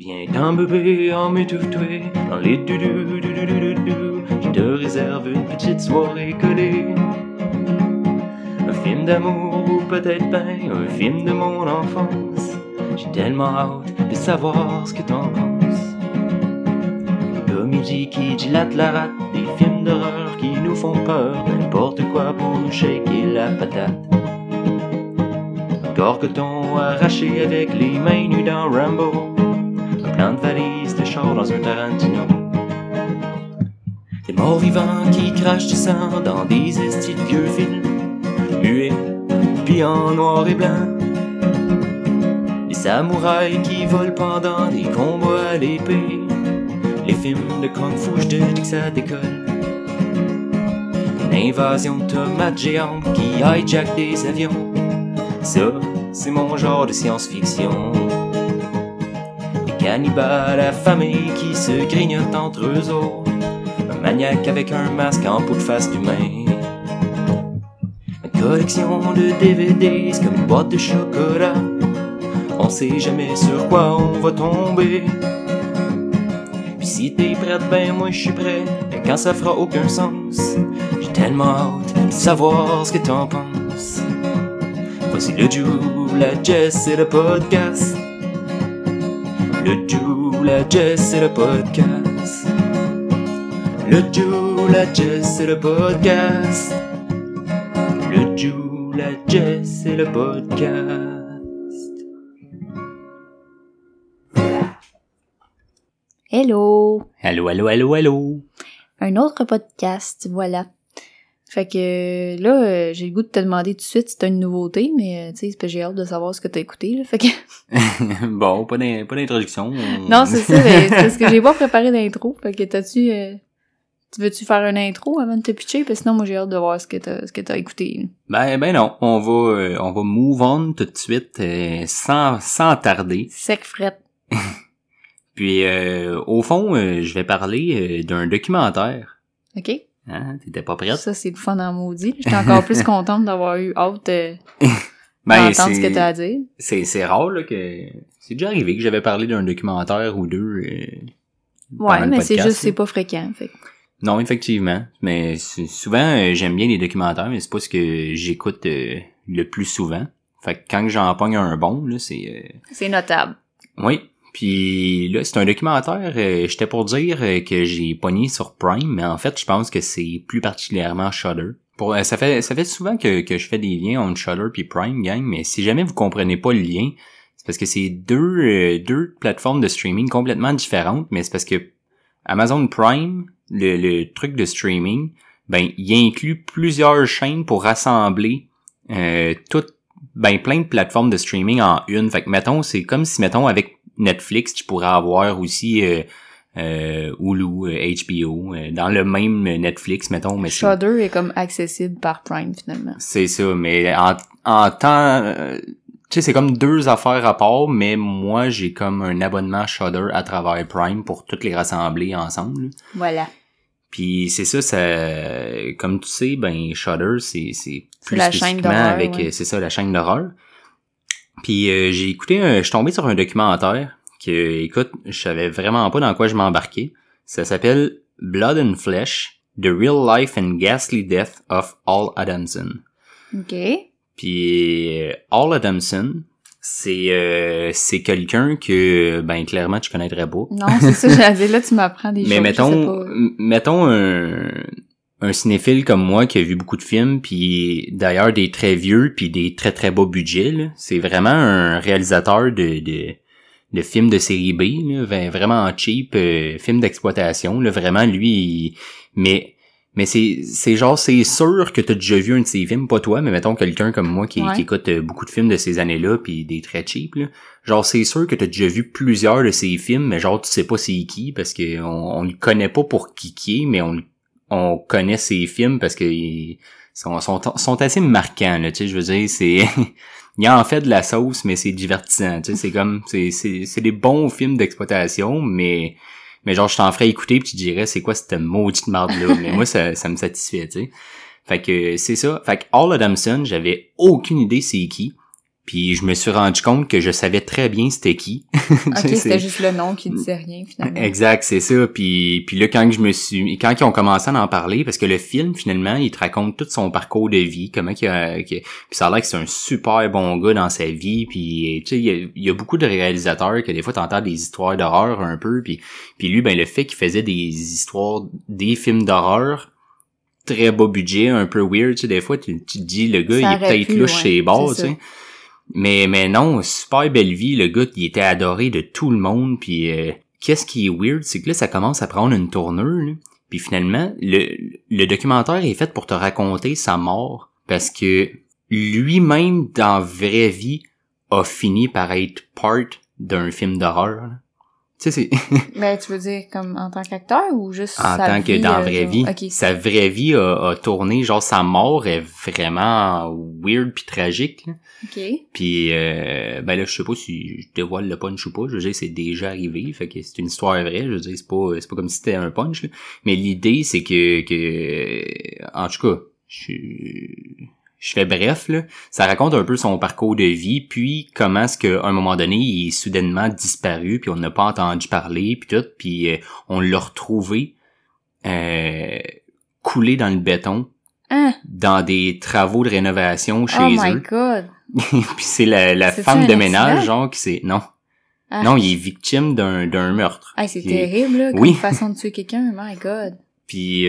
Viens t'en bébé, en m'étouffer dans les doudou. Je te réserve une petite soirée collée. Un film d'amour ou peut-être ben un film de mon enfance. J'ai tellement hâte de savoir ce que t'en penses. Une comédie qui dilate la rate, des films d'horreur qui nous font peur, n'importe quoi pour nous shaker la patate. Un corps coton arraché avec les mains nues dans Rambo, un plan de valise de char dans un Tarantino. Des morts vivants qui crachent du sang dans des estis de vieux films, muets, puis en noir et blanc. Des samouraïs qui volent pendant des combats à l'épée. Les films de Kung Fu, je te dis que ça décolle. Une invasion de tomates géantes qui hijack des avions. Ça, c'est mon genre de science-fiction. Des cannibales affamés qui se grignotent entre eux autres. Un maniaque avec un masque en peau de face d'humain. Une collection de DVD, c'est comme une boîte de chocolat. On sait jamais sur quoi on va tomber. Puis si t'es prête, ben moi je suis prêt. Mais quand ça fera aucun sens, j'ai tellement hâte de savoir ce que t'en penses. Voici le Ju, la Jess et le podcast. Le Ju, la Jess et le podcast. Le Ju, la Jess et le podcast. Le Ju, la Jess et le podcast. Hello! Allô. Un autre podcast, voilà. Fait que là, j'ai le goût de te demander tout de suite si t'as une nouveauté, mais tu sais, c'est parce que j'ai hâte de savoir ce que t'as écouté, là. Fait que... Bon, pas d'introduction. Non, c'est ça, mais c'est parce que j'ai pas préparé d'intro. Fait que tu veux-tu faire une intro avant de te pitcher? Parce que sinon, moi, j'ai hâte de voir ce que t'as écouté. Ben non, on va move on tout de suite, sans tarder. Sec frette. Puis, au fond, je vais parler d'un documentaire. OK? Hein, t'étais pas prête? Ça, c'est le fun en maudit. J'étais encore plus contente d'avoir eu hâte Ben, d'entendre ce que t'as à dire. C'est rare, là, que... C'est déjà arrivé que j'avais parlé d'un documentaire ou deux, ouais, mais podcast, c'est juste, c'est pas fréquent, fait. Non, effectivement. Mais souvent, j'aime bien les documentaires, mais c'est pas ce que j'écoute le plus souvent. Fait que quand j'en pogne un bon, là, c'est... C'est notable. Oui. Puis là, c'est un documentaire, j'étais pour dire que j'ai pogné sur Prime, mais en fait, je pense que c'est plus particulièrement Shudder. Ça fait souvent que je fais des liens entre Shudder puis Prime, gang, mais si jamais vous comprenez pas le lien, c'est parce que c'est deux plateformes de streaming complètement différentes, mais c'est parce que Amazon Prime, le truc de streaming, ben, il inclut plusieurs chaînes pour rassembler plein de plateformes de streaming en une. Fait que, mettons, c'est comme si, mettons, avec Netflix, tu pourrais avoir aussi Hulu, HBO, dans le même Netflix, mettons. Mais Shudder est comme accessible par Prime, finalement. C'est ça, mais en temps... tu sais, c'est comme deux affaires à part, mais moi, j'ai comme un abonnement Shudder à travers Prime pour toutes les rassembler ensemble. Voilà. Puis c'est ça, comme tu sais, ben Shudder, c'est plus la chaîne d'horreur, avec ouais. C'est ça, la chaîne d'horreur. Puis j'ai écouté je suis tombé sur un documentaire que, écoute, je savais vraiment pas dans quoi je m'embarquais. Ça s'appelle Blood and Flesh: The Real Life and Ghastly Death of Al Adamson. OK. Puis Al Adamson, c'est quelqu'un que ben clairement tu connaîtrais pas. Non, c'est ça, j'allais dire, là tu m'apprends des choses. Mais mettons un cinéphile comme moi qui a vu beaucoup de films, puis d'ailleurs des très vieux puis des très très bas budgets, là. C'est vraiment un réalisateur de films de série B, là, vraiment cheap, film d'exploitation, là, vraiment lui mais c'est genre, c'est sûr que t'as déjà vu un de ses films, pas toi, mais mettons quelqu'un comme moi qui écoute beaucoup de films de ces années-là puis des très cheap, là. Genre, c'est sûr que t'as déjà vu plusieurs de ses films, mais genre, tu sais pas c'est qui, parce que on le connaît pas pour qui est, mais on connaît ses films parce que ils sont assez marquants, là, tu sais, je veux dire, c'est... Il y a en fait de la sauce, mais c'est divertissant, tu sais, c'est comme... C'est des bons films d'exploitation, mais genre, je t'en ferais écouter pis tu dirais, c'est quoi cette maudite marde-là? Mais moi, ça me satisfait, tu sais. Fait que c'est ça. Fait que Al Adamson, j'avais aucune idée c'est qui. Puis je me suis rendu compte que je savais très bien c'était qui. Ok, c'était juste le nom qui disait rien, finalement. Exact, c'est ça. Puis là, quand ils ont commencé à en parler, parce que le film, finalement, il te raconte tout son parcours de vie, comment puis ça a l'air que c'est un super bon gars dans sa vie, puis tu sais, il y a beaucoup de réalisateurs que des fois t'entends des histoires d'horreur un peu, puis lui, ben le fait qu'il faisait des films d'horreur, très bas budget, un peu weird, tu sais, des fois, tu te dis, le gars, il est peut-être louche chez les bords, tu sais. Mais non, super belle vie, le gars, il était adoré de tout le monde, puis qu'est-ce qui est weird, c'est que là, ça commence à prendre une tournure, là. Puis finalement, le documentaire est fait pour te raconter sa mort, parce que lui-même, dans vraie vie, a fini par être part d'un film d'horreur, là. Tu sais, c'est... Ben, tu veux dire comme en tant qu'acteur ou juste en sa tant vie, que dans la vraie vie. Okay. Sa vraie vie a tourné, genre sa mort est vraiment weird puis tragique, là. OK. Puis ben là, je sais pas si je dévoile le punch ou pas, je veux dire c'est déjà arrivé, fait que c'est une histoire vraie, je veux dire c'est pas comme si c'était un punch là. Mais l'idée c'est que en tout cas, je fais bref, là, ça raconte un peu son parcours de vie, puis comment est-ce qu'à un moment donné, il est soudainement disparu, puis on n'a pas entendu parler, puis tout, puis on l'a retrouvé coulé dans le béton, dans des travaux de rénovation chez eux. Oh my God! Puis c'est la femme de ménage, genre, qui c'est... Non. Ah. Non, il est victime d'un meurtre. Ah, c'est terrible, là, comme façon de tuer quelqu'un, my God! Puis...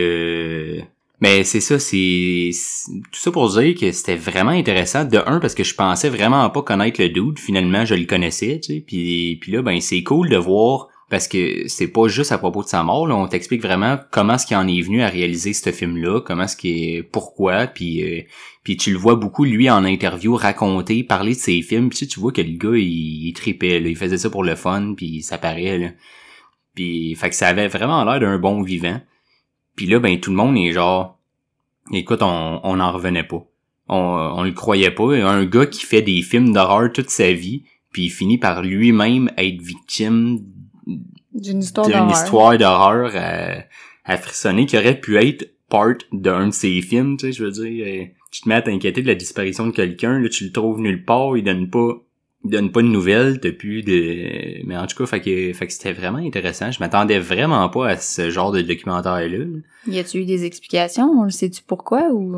Mais c'est ça, c'est tout ça pour dire que c'était vraiment intéressant. De un, parce que je pensais vraiment pas connaître le dude. Finalement, je le connaissais, tu sais. Puis là, ben c'est cool de voir, parce que c'est pas juste à propos de sa mort, là. On t'explique vraiment comment est-ce qu'il en est venu à réaliser ce film-là, comment est-ce qu'il... pourquoi, puis tu le vois beaucoup, lui, en interview, raconter, parler de ses films. Puis tu vois que le gars, il tripait, là. Il faisait ça pour le fun, puis ça paraît, là. Puis, fait que ça avait vraiment l'air d'un bon vivant. Puis là, ben tout le monde est genre, écoute, on n'en revenait pas. On le croyait pas. Un gars qui fait des films d'horreur toute sa vie, puis il finit par lui-même être victime d'une histoire d'horreur à frissonner, qui aurait pu être part d'un de ses films, tu sais, je veux dire. Tu te mets à t'inquiéter de la disparition de quelqu'un, là, tu le trouves nulle part, il donne pas de nouvelles depuis mais en tout cas, fait que c'était vraiment intéressant. Je m'attendais vraiment pas à ce genre de documentaire-là. Y a-tu eu des explications? On le sait-tu pourquoi ou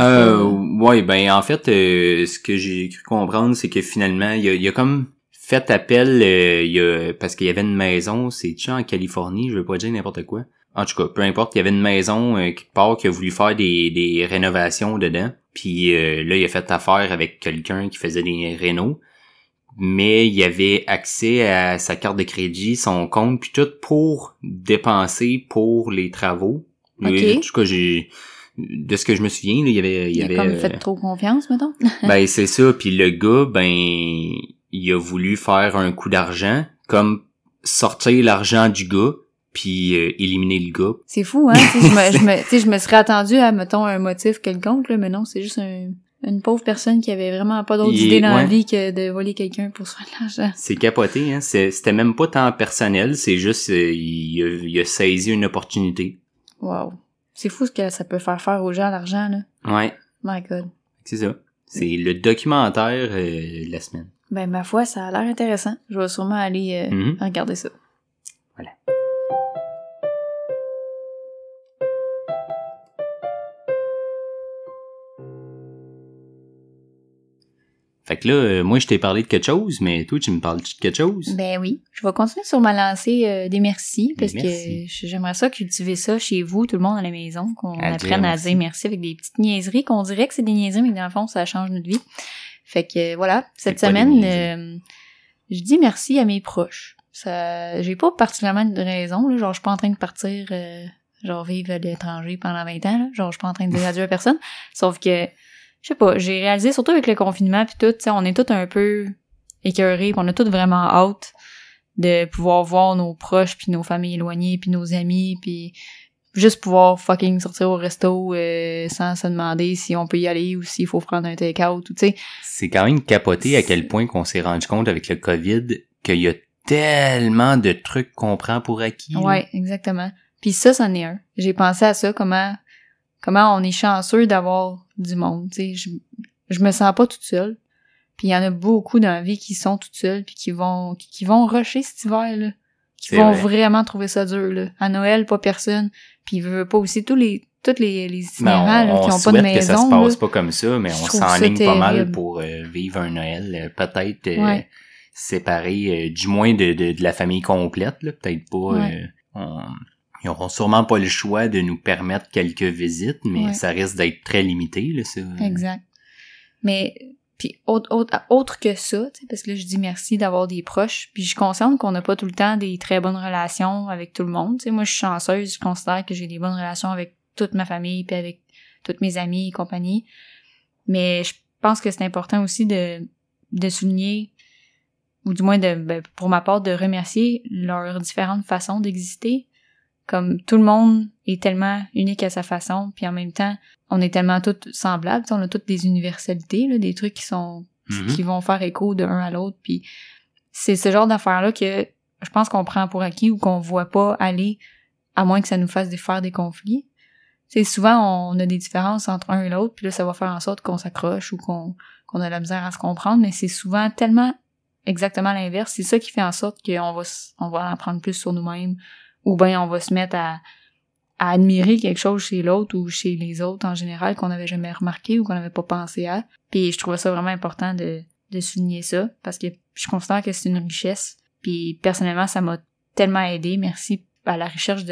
ouais, ben en fait, ce que j'ai cru comprendre, c'est que finalement, il a comme fait appel, parce qu'il y avait une maison, c'est-tu en Californie, je veux pas dire n'importe quoi. En tout cas, peu importe, il y avait une maison quelque part qui a voulu faire des rénovations dedans. Puis là, il a fait affaire avec quelqu'un qui faisait des rénos. Mais il avait accès à sa carte de crédit, son compte, puis tout pour dépenser pour les travaux. Okay. En tout cas, de ce que je me souviens, là, il avait comme fait trop confiance, mettons. Ben c'est ça, puis le gars, ben il a voulu faire un coup d'argent, comme sortir l'argent du gars, puis éliminer le gars. C'est fou, hein. je me serais attendu à, mettons, un motif quelconque, là, mais non, c'est juste une pauvre personne qui avait vraiment pas d'autre idée dans la vie que de voler quelqu'un pour se faire de l'argent. C'est capoté, hein. C'était même pas tant personnel, c'est juste il a saisi une opportunité. Wow. C'est fou ce que ça peut faire aux gens, l'argent, là. Ouais. My God. C'est ça. C'est le documentaire de la semaine. Ben, ma foi, ça a l'air intéressant. Je vais sûrement aller regarder ça. Voilà. Fait que là, moi, je t'ai parlé de quelque chose, mais toi, tu me parles de quelque chose? Ben oui. Je vais continuer sur ma lancée des merci, parce que j'aimerais ça cultiver ça chez vous, tout le monde à la maison, qu'on apprenne à dire merci avec des petites niaiseries, qu'on dirait que c'est des niaiseries, mais que dans le fond, ça change notre vie. Fait que voilà, cette semaine, je dis merci à mes proches. Ça, j'ai pas particulièrement de raison, là, genre je suis pas en train de partir, genre vivre à l'étranger pendant 20 ans, là, genre je suis pas en train de dire adieu à personne, sauf que je sais pas, j'ai réalisé, surtout avec le confinement pis tout, tu sais, on est tous un peu écœurés, pis on a tous vraiment hâte de pouvoir voir nos proches pis nos familles éloignées pis nos amis pis juste pouvoir fucking sortir au resto sans se demander si on peut y aller ou s'il faut prendre un take-out ou tu sais. C'est quand même capoté à quel point qu'on s'est rendu compte avec le COVID qu'il y a tellement de trucs qu'on prend pour acquis. Ouais, exactement. Puis ça, c'en est un. J'ai pensé à ça, comment on est chanceux d'avoir du monde, tu sais. Je me sens pas toute seule. Puis il y en a beaucoup dans la vie qui sont toutes seules puis qui vont rusher cet hiver, là. Qui vont vraiment trouver ça dur, là. À Noël, pas personne. Puis ils veulent pas aussi tous les itinérants là, qui ont pas de maison. Que ça se passe là, pas comme ça, mais on s'enligne pas mal pour vivre un Noël peut-être séparé, du moins de la famille complète, là. Peut-être pas... Ils auront sûrement pas le choix de nous permettre quelques visites, mais ça risque d'être très limité, là, ça. Exact. Mais, puis autre que ça, tu sais, parce que là, je dis merci d'avoir des proches, puis je suis consciente qu'on n'a pas tout le temps des très bonnes relations avec tout le monde, tu sais. Moi, je suis chanceuse, je considère que j'ai des bonnes relations avec toute ma famille, puis avec toutes mes amis et compagnie. Mais je pense que c'est important aussi de souligner, ou du moins pour ma part, de remercier leurs différentes façons d'exister. Comme tout le monde est tellement unique à sa façon, puis en même temps, on est tellement toutes semblables, on a toutes des universalités, là, des trucs qui vont faire écho de un à l'autre, puis c'est ce genre d'affaires-là que je pense qu'on prend pour acquis ou qu'on voit pas aller, à moins que ça nous fasse faire des conflits. Tu sais, souvent, on a des différences entre un et l'autre, puis là, ça va faire en sorte qu'on s'accroche ou qu'on a de la misère à se comprendre, mais c'est souvent tellement exactement l'inverse. C'est ça qui fait en sorte qu'on va en prendre plus sur nous-mêmes, ou bien on va se mettre à admirer quelque chose chez l'autre ou chez les autres en général qu'on n'avait jamais remarqué ou qu'on n'avait pas pensé à. Puis je trouvais ça vraiment important de souligner ça, parce que je considère que c'est une richesse. Puis personnellement, ça m'a tellement aidé. Merci à la richesse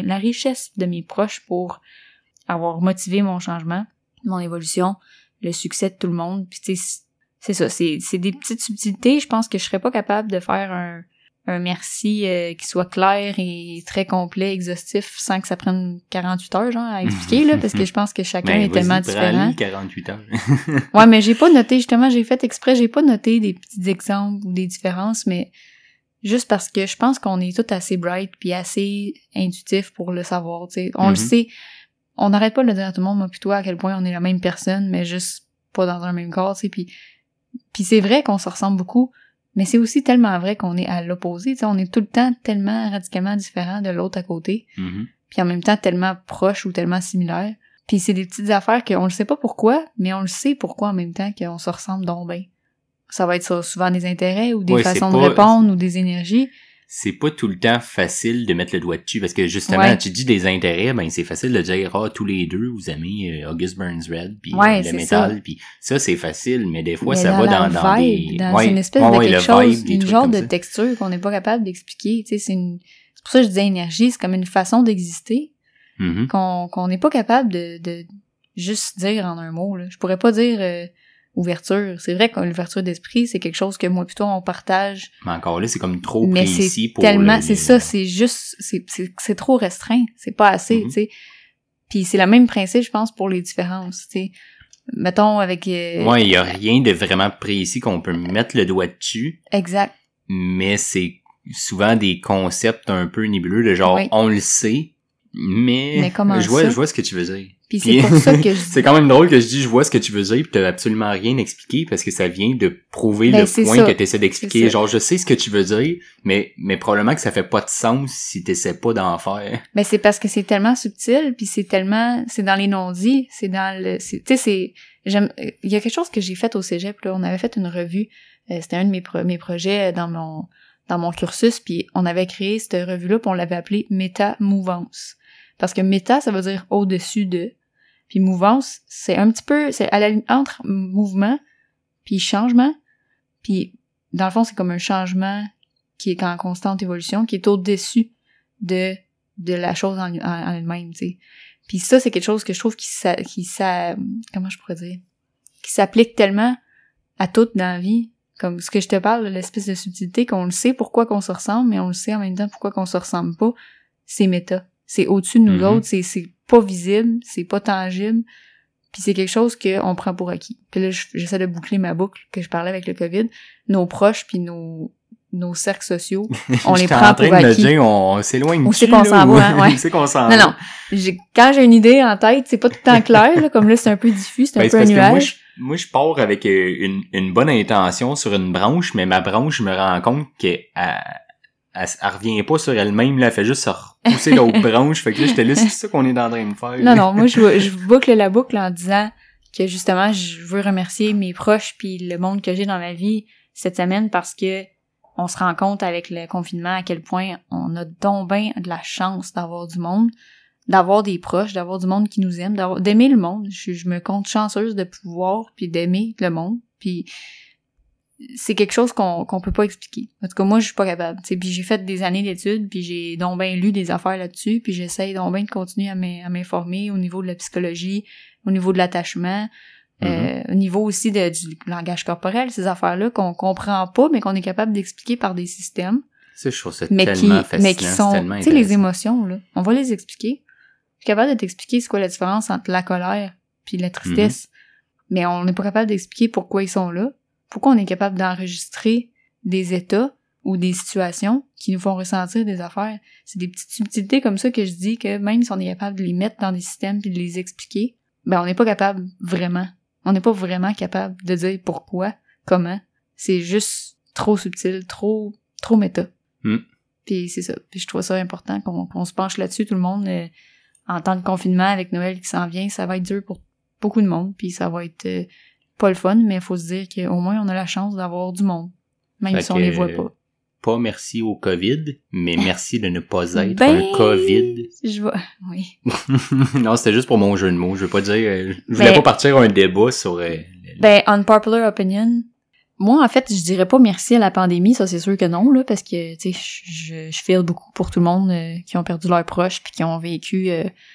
de mes proches pour avoir motivé mon changement, mon évolution, le succès de tout le monde. Puis tu sais, c'est ça, c'est des petites subtilités. Je pense que je serais pas capable de faire un merci qui soit clair et très complet, exhaustif, sans que ça prenne 48 heures, genre, à expliquer, là, parce que je pense que chacun est tellement différent. 48 heures. Ouais, mais j'ai pas noté, justement, j'ai fait exprès, j'ai pas noté des petits exemples ou des différences, mais juste parce que je pense qu'on est tous assez bright puis assez intuitifs pour le savoir, tu sais. On le sait, on n'arrête pas de le dire à tout le monde, moi, plutôt à quel point on est la même personne, mais juste pas dans un même corps, tu sais, puis c'est vrai qu'on se ressemble beaucoup, mais c'est aussi tellement vrai qu'on est à l'opposé, tu sais, on est tout le temps tellement radicalement différent de l'autre à côté, puis en même temps tellement proche ou tellement similaire. Puis c'est des petites affaires qu'on le sait pas pourquoi, mais on le sait pourquoi en même temps qu'on se ressemble donc bien. Ça va être ça, souvent des intérêts ou des façons de répondre ou des énergies. C'est pas tout le temps facile de mettre le doigt dessus, parce que justement, tu dis des intérêts, ben c'est facile de dire, tous les deux, vous aimez August Burns Red, puis le métal, puis ça, c'est facile, mais des fois, ça va dans vibe, des... C'est une espèce de quelque chose, une genre de texture qu'on n'est pas capable d'expliquer, tu sais, c'est pour ça que je disais énergie, c'est comme une façon d'exister, qu'on n'est pas capable de juste dire en un mot, là. Je pourrais pas dire... ouverture. C'est vrai que l'ouverture d'esprit, c'est quelque chose que moi plutôt on partage. Mais encore là, c'est comme trop précis pour tellement, c'est ça, c'est juste, c'est trop restreint. C'est pas assez, tu sais. Puis c'est le même principe, je pense, pour les différences, tu sais. Mettons avec... Ouais, il y a rien de vraiment précis qu'on peut mettre le doigt dessus. Exact. Mais c'est souvent des concepts un peu nébuleux, de genre, on le sait, mais comment je vois ce que tu veux dire. Puis c'est pour ça que je c'est quand même drôle que je dis je vois ce que tu veux dire, puis t'as absolument rien expliqué, parce que ça vient de prouver le point que t'essaies d'expliquer. Genre, je sais ce que tu veux dire, mais probablement que ça fait pas de sens si t'essaies pas d'en faire. Ben c'est parce que c'est tellement subtil, puis c'est dans les non-dits, c'est dans le... Tu sais, il y a quelque chose que j'ai fait au cégep, là, on avait fait une revue, c'était un de mes projets dans mon cursus, puis on avait créé cette revue-là, puis on l'avait appelée Méta-mouvance. Parce que méta, ça veut dire au-dessus de. Puis mouvance, c'est un petit peu, c'est à la limite entre mouvement puis changement. Puis dans le fond, c'est comme un changement qui est en constante évolution, qui est au-dessus de la chose en elle-même, tu sais. Puis ça, c'est quelque chose que je trouve comment je pourrais dire, qui s'applique tellement à tout dans la vie. Comme ce que je te parle, l'espèce de subtilité qu'on le sait pourquoi qu'on se ressemble, mais on le sait en même temps pourquoi qu'on se ressemble pas. C'est méta. C'est au-dessus de nous autres, c'est pas visible, c'est pas tangible, puis c'est quelque chose qu'on prend pour acquis. Puis là, j'essaie de boucler ma boucle que je parlais avec le COVID. Nos proches puis nos cercles sociaux, on les prend pour acquis. Dire, on s'éloigne on sait qu'on s'en va, hein, ouais. On sait qu'on s'en va. Non, quand j'ai une idée en tête, c'est pas tout le temps clair, là, comme là, c'est un peu diffus, c'est un peu un nuage. Moi, je pars avec une bonne intention sur une branche, mais ma branche, je me rends compte qu'elle revient pas sur elle-même, là, elle fait juste se repousser l'autre branche, fait que là, j'étais là, c'est ça qu'on est en train de faire. Non, moi, je boucle la boucle en disant que justement, je veux remercier mes proches puis le monde que j'ai dans ma vie cette semaine parce que on se rend compte avec le confinement à quel point on a donc bien de la chance d'avoir du monde, d'avoir des proches, d'avoir du monde qui nous aime, d'aimer le monde. Je me compte chanceuse de pouvoir puis d'aimer le monde. Puis c'est quelque chose qu'on peut pas expliquer. En tout cas, moi, je suis pas capable. T'sais, puis j'ai fait des années d'études, puis j'ai donc bien lu des affaires là-dessus, puis j'essaye donc bien de continuer à m'informer au niveau de la psychologie, au niveau de l'attachement, au niveau aussi du langage corporel, ces affaires-là qu'on comprend pas, mais qu'on est capable d'expliquer par des systèmes. Ça, je trouve ça tellement fascinant. Mais qui sont, tu sais, les émotions, là, on va les expliquer. Je suis capable de t'expliquer c'est quoi la différence entre la colère puis la tristesse, mais on n'est pas capable d'expliquer pourquoi ils sont là. Pourquoi on est capable d'enregistrer des états ou des situations qui nous font ressentir des affaires. C'est des petites subtilités comme ça que je dis que même si on est capable de les mettre dans des systèmes puis de les expliquer, ben on n'est pas capable vraiment. On n'est pas vraiment capable de dire pourquoi, comment. C'est juste trop subtil, trop méta. Puis c'est ça. Puis je trouve ça important qu'on se penche là-dessus, tout le monde. En temps de confinement, avec Noël qui s'en vient, ça va être dur pour beaucoup de monde. Puis ça va être pas le fun, mais il faut se dire qu'au moins on a la chance d'avoir du monde. Même si on les voit pas. Pas merci au COVID, mais merci de ne pas être un COVID. Je vois, oui. Non, c'était juste pour mon jeu de mots. Je veux pas dire... je voulais pas partir un débat sur... unpopular opinion. Moi, en fait, je dirais pas merci à la pandémie, ça c'est sûr que non, là, parce que, tu sais, je feel beaucoup pour tout le monde qui ont perdu leurs proches puis qui ont vécu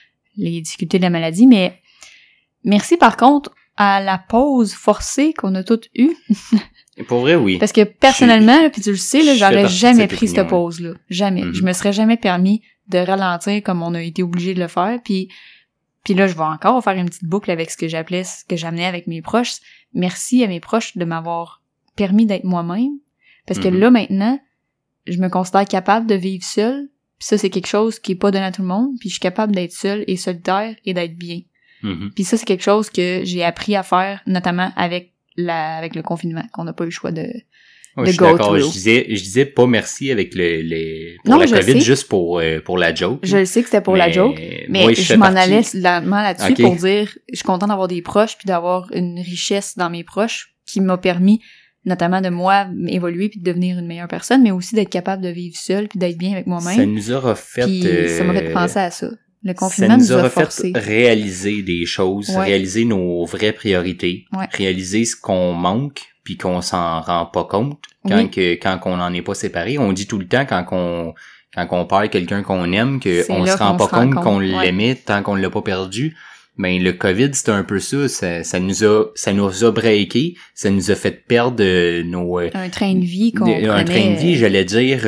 les difficultés de la maladie, mais merci par contre à la pause forcée qu'on a toutes eue. Pour vrai, oui. Parce que personnellement, puis tu le sais, là, j'aurais jamais pris cette pause-là. Jamais. Je me serais jamais permis de ralentir comme on a été obligé de le faire. Puis là, je vais encore faire une petite boucle avec ce que j'amenais avec mes proches. Merci à mes proches de m'avoir permis d'être moi-même. Parce que là, maintenant, je me considère capable de vivre seule. Puis ça, c'est quelque chose qui est pas donné à tout le monde. Puis je suis capable d'être seule et solitaire et d'être bien. Puis ça, c'est quelque chose que j'ai appris à faire, notamment avec le confinement, qu'on n'a pas eu le choix de je suis d'accord. Je disais pas merci avec la COVID, juste pour la joke. Je le sais que c'était pour la joke, mais je m'en allais lentement là-dessus pour dire, je suis contente d'avoir des proches puis d'avoir une richesse dans mes proches qui m'a permis notamment de moi évoluer puis de devenir une meilleure personne, mais aussi d'être capable de vivre seule puis d'être bien avec moi-même. Ça nous aura fait... Puis ça m'a fait penser à ça. Le confinement nous a forcé. Fait réaliser des choses, réaliser nos vraies priorités, réaliser ce qu'on manque puis qu'on s'en rend pas compte quand on n'en est pas séparé. On dit tout le temps quand on perd quelqu'un qu'on aime qu'on se rend pas compte qu'on l'aimait tant qu'on l'a pas perdu. Ben le COVID, c'était un peu ça, ça nous a breaké, ça nous a fait perdre un train de vie un train de vie, j'allais dire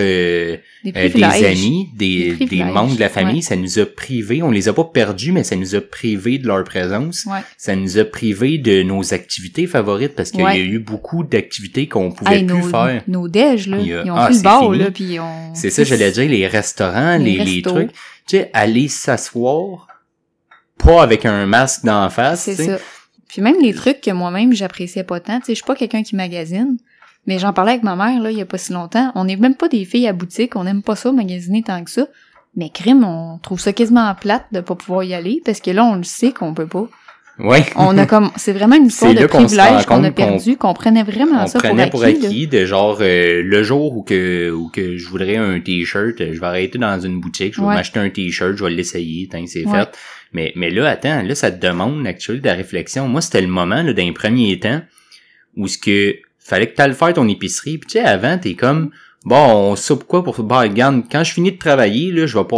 des amis, des membres de la famille, ça nous a privés, on les a pas perdus, mais ça nous a privés de leur présence. Ça nous a privés de nos activités favorites parce qu'il y a eu beaucoup d'activités qu'on pouvait plus faire. Nos déj là, ils ont pris le bord là puis c'est ça, j'allais dire les restaurants, les trucs, tu sais, aller s'asseoir pas avec un masque d'en face. C'est ça. Puis même les trucs que moi-même j'appréciais pas tant, tu sais, je suis pas quelqu'un qui magasine, mais j'en parlais avec ma mère là il y a pas si longtemps. On n'est même pas des filles à boutique, on n'aime pas ça magasiner tant que ça. Mais crime, on trouve ça quasiment plate de pas pouvoir y aller parce que là on le sait qu'on peut pas. Ouais. C'est vraiment une histoire de privilège qu'on a perdu, qu'on prenait vraiment ça pour acquis. De genre le jour où que je voudrais un t-shirt, je vais arrêter dans une boutique, je vais m'acheter un t-shirt, je vais l'essayer, c'est fait. Mais là, attends, là, ça te demande actuellement de la réflexion. Moi, c'était le moment, là, d'un premier temps, où fallait que t'ailles faire ton épicerie. Puis tu sais, avant, t'es comme, bon, on soupe quoi pour... Bah, regarde, quand je finis de travailler, là, je vais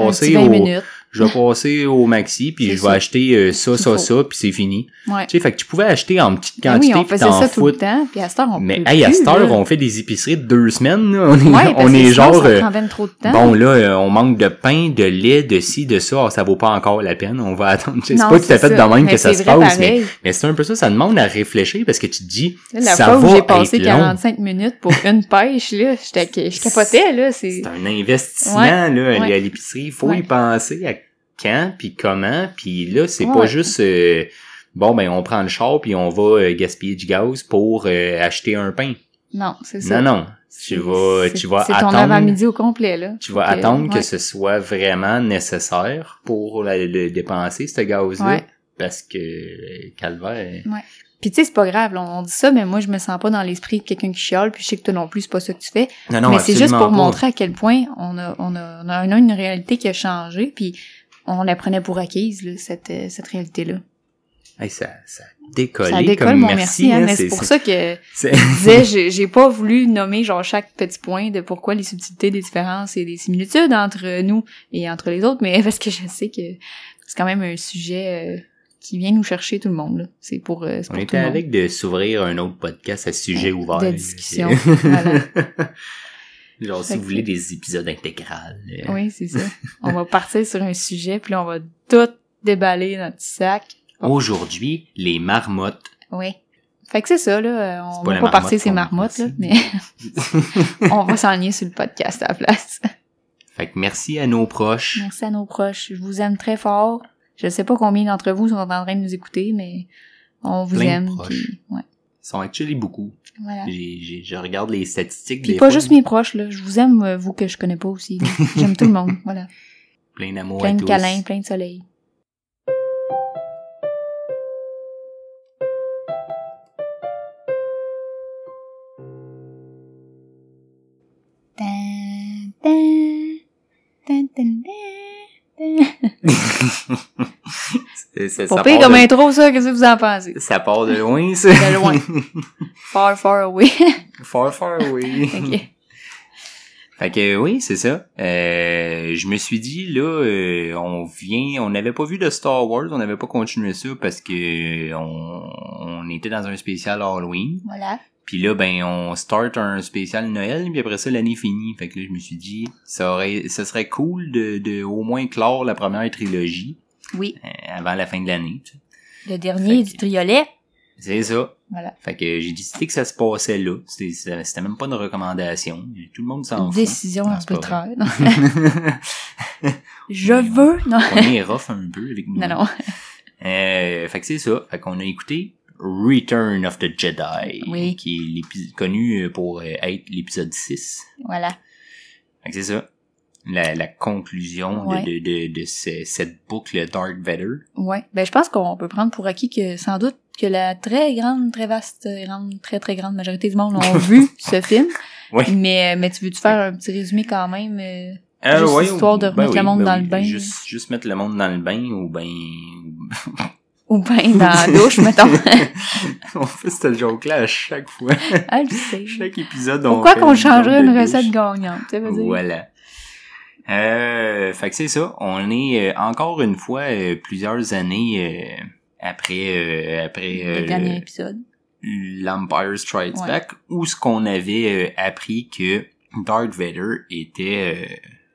passer au maxi, puis je vais acheter ça, puis c'est fini. Tu sais, fait que tu pouvais acheter en petite quantité, on faisait ça tout le temps, puis à cette heure, à cette heure, on fait des épiceries de 2 semaines, là. On est genre... ça prend bien trop de temps. Bon, là, on manque de pain, de lait, de ci, de ça, ça vaut pas encore la peine, on va attendre. C'est pas tout à fait de même que ça se passe, mais c'est un peu ça, ça demande à réfléchir, parce que tu te dis, ça va être long. J'ai passé 45 minutes pour une pêche, là, je capotais, là, c'est un investissement, là, à l'épicerie, il faut y penser à quand, puis comment, puis là, c'est pas juste bon, ben on prend le char puis on va gaspiller du gaz pour acheter un pain. Non, c'est ça. Non. Tu vas attendre... C'est ton avant-midi au complet, là. Tu vas attendre que ce soit vraiment nécessaire pour le dépenser, ce gaz-là. parce que calvaire. Ouais. Puis tu sais, c'est pas grave, là, on dit ça, mais moi je me sens pas dans l'esprit de quelqu'un qui chiale, puis je sais que toi non plus, c'est pas ça que tu fais. Non, mais c'est juste pour montrer à quel point on a une réalité qui a changé, puis on la prenait pour acquise, là, cette réalité-là. Hey, ça décolle. Ça décolle, comme mon merci, hein, mais c'est pour ça que je disais, j'ai pas voulu nommer genre chaque petit point de pourquoi les subtilités, des différences et des similitudes entre nous et entre les autres, mais parce que je sais que c'est quand même un sujet qui vient nous chercher tout le monde, là. C'est pour on était avec de s'ouvrir un autre podcast à sujet ouvert. De discussion, voilà. Genre, si vous voulez des épisodes intégrales. Oui, c'est ça. On va partir sur un sujet, puis là, on va tout déballer dans notre sac. Aujourd'hui, les marmottes. Oui. Fait que c'est ça, là. On va pas partir ces marmottes, là, mais on va s'enligner sur le podcast à la place. Fait que merci à nos proches. Merci à nos proches. Je vous aime très fort. Je sais pas combien d'entre vous sont en train de nous écouter, mais on vous aime. Puis, ouais. Ils sont actually beaucoup. Voilà. Je regarde les statistiques. Puis pas juste mes proches, là. Je vous aime, vous que je connais pas aussi. J'aime tout le monde, voilà. Plein d'amour à tous. Plein de câlins, plein de soleil. Pas pire comme intro, ça, qu'est-ce que vous en pensez? Ça part de loin, ça? De loin. Far, far away. Far, far away. OK. Fait que oui, c'est ça. Je me suis dit, là, on n'avait pas vu de Star Wars, on n'avait pas continué ça parce que on était dans un spécial Halloween. Voilà. Puis là, ben, on start un spécial Noël, puis après ça, l'année finie. Fait que là, je me suis dit, ça serait cool de au moins clore la première trilogie. Oui. Avant la fin de l'année, tu sais. Le dernier du triolet. C'est ça. Voilà. Fait que j'ai décidé que ça se passait là. C'était même pas une recommandation. Tout le monde s'en fout. Décision arbitraire. Je veux. Non. On est rough un peu avec nous. Non. Fait que c'est ça. Fait qu'on a écouté Return of the Jedi. Oui. Qui est connu pour être l'épisode 6. Voilà. Fait que c'est ça. La conclusion de cette boucle Darth Vader. Ouais. Ben, je pense qu'on peut prendre pour acquis que, sans doute, que la très grande, très vaste, très très grande majorité du monde ont vu ce film. Oui. Mais tu veux-tu faire un petit résumé quand même? Juste histoire de remettre le monde dans le bain. Juste mettre le monde dans le bain ou ben... Ou ben dans la douche, mettons. On fait cette joke-là à chaque fois. Ah, je sais. Chaque épisode, pourquoi qu'on changerait une recette gagnante, tu sais, vas-y. Voilà. Fait que c'est ça. On est encore une fois plusieurs années après le dernier épisode. L'Empire Strikes Back, où ce qu'on avait appris que Darth Vader était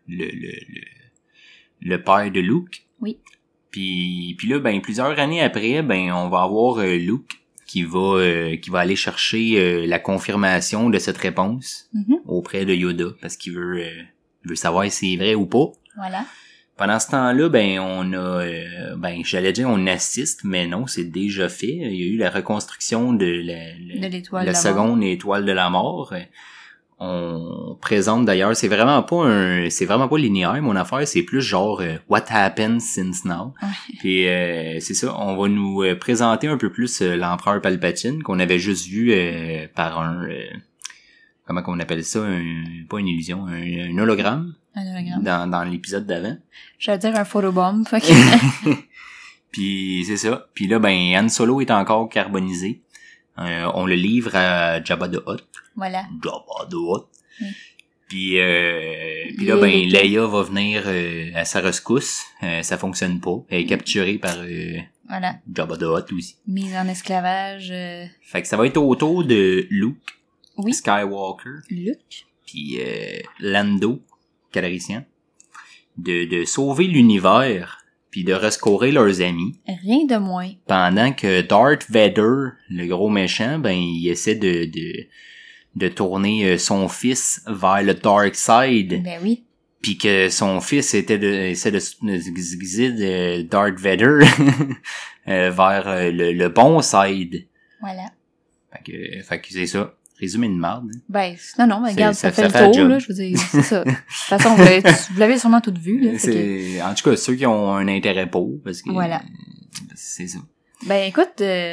le père de Luke. Oui. Puis là, ben plusieurs années après, ben on va avoir Luke qui va aller chercher la confirmation de cette réponse auprès de Yoda parce qu'il veut savoir si c'est vrai ou pas. Voilà. Pendant ce temps-là, ben on a j'allais dire on assiste, mais non, c'est déjà fait. Il y a eu la reconstruction de la seconde étoile de la mort. On présente d'ailleurs, c'est vraiment pas linéaire mon affaire, c'est plus genre what happened since now. Ouais. Puis c'est ça, on va nous présenter un peu plus l'empereur Palpatine qu'on avait juste vu par un comment qu'on appelle ça, pas une illusion, un hologramme. Un hologramme. Dans l'épisode d'avant. J'allais dire un photobomb, fait que... Puis c'est ça. Puis là, ben Han Solo est encore carbonisé. On le livre à Jabba the Hutt. Voilà. Jabba the Hutt. Oui. Puis là, ben Leia va venir à sa rescousse. Ça fonctionne pas. Elle est capturée par voilà. Jabba the Hutt aussi. Mise en esclavage. Fait que ça va être autour de Luke. Oui. Skywalker. Luke. Puis Lando, Calrissian. De sauver l'univers puis de rescorer leurs amis. Rien de moins. Pendant que Darth Vader, le gros méchant, ben il essaie de tourner son fils vers le dark side. Ben oui. Puis que son fils essaie de guider de Darth Vader vers le bon side. Voilà. Fait que c'est ça. Résumé de merde. Hein. Ben, non, mais regarde, ça fait le tour, là, je veux dire, c'est ça. De toute façon, vous l'avez sûrement tout vu, là. En tout cas, ceux qui ont un intérêt pour, parce que... Voilà. c'est ça. Ben écoute,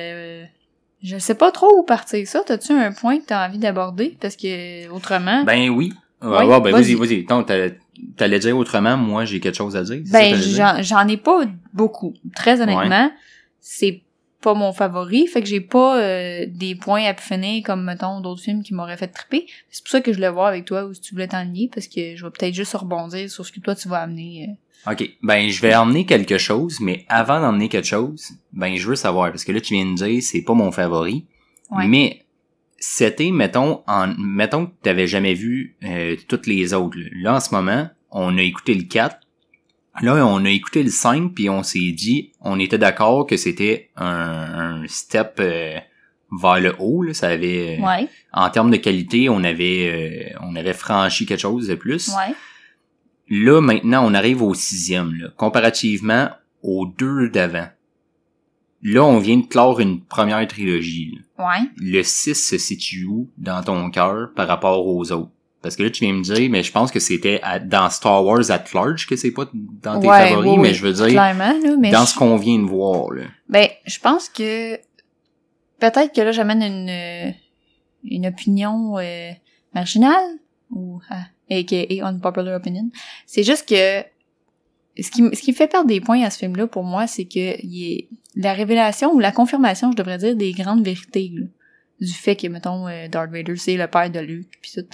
je sais pas trop où partir ça. T'as-tu un point que t'as envie d'aborder? Parce que autrement... Ben oui. Ouais, ben vas-y. Donc, t'allais dire autrement, moi j'ai quelque chose à dire. Ben j'en ai pas beaucoup. Très honnêtement, c'est pas mon favori, fait que j'ai pas des points à finir comme mettons d'autres films qui m'auraient fait triper. C'est pour ça que je voulais voir avec toi ou si tu voulais t'enligner, parce que je vais peut-être juste rebondir sur ce que toi tu vas amener. OK. Ben je vais emmener quelque chose, mais avant d'emmener quelque chose, ben je veux savoir, parce que là tu viens de dire c'est pas mon favori. Ouais. Mais c'était, mettons que t'avais jamais vu toutes les autres. Là en ce moment, on a écouté le 4. Là, on a écouté le 5, puis on s'est dit, on était d'accord que c'était un step vers le haut. Là, ça avait, en termes de qualité, on avait franchi quelque chose de plus. Ouais. Là, maintenant, on arrive au 6e, là, comparativement aux 2 d'avant. Là, on vient de clore une première trilogie. Là. Ouais. Le 6 se situe où dans ton cœur par rapport aux autres? Parce que là, tu viens me dire, mais je pense que c'était dans Star Wars at large que c'est pas dans tes favoris, mais je veux dire, clairement, là, mais dans ce qu'on vient de voir, là. Ben, je pense que peut-être que là, j'amène une opinion marginale, ou a.k.a. unpopular opinion. C'est juste que ce qui me fait perdre des points à ce film-là, pour moi, c'est que la révélation, ou la confirmation, je devrais dire, des grandes vérités, là. Du fait que, mettons, Darth Vader, c'est le père de Luke, pis tout.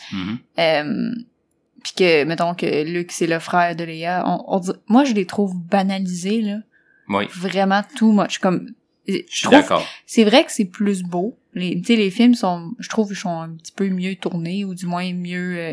Pis que, mettons, que Luke, c'est le frère de Leia. Moi, je les trouve banalisés, là. Oui. Vraiment too much. Comme, je suis d'accord. C'est vrai que c'est plus beau. Tu sais, les films sont, je trouve, sont un petit peu mieux tournés, ou du moins mieux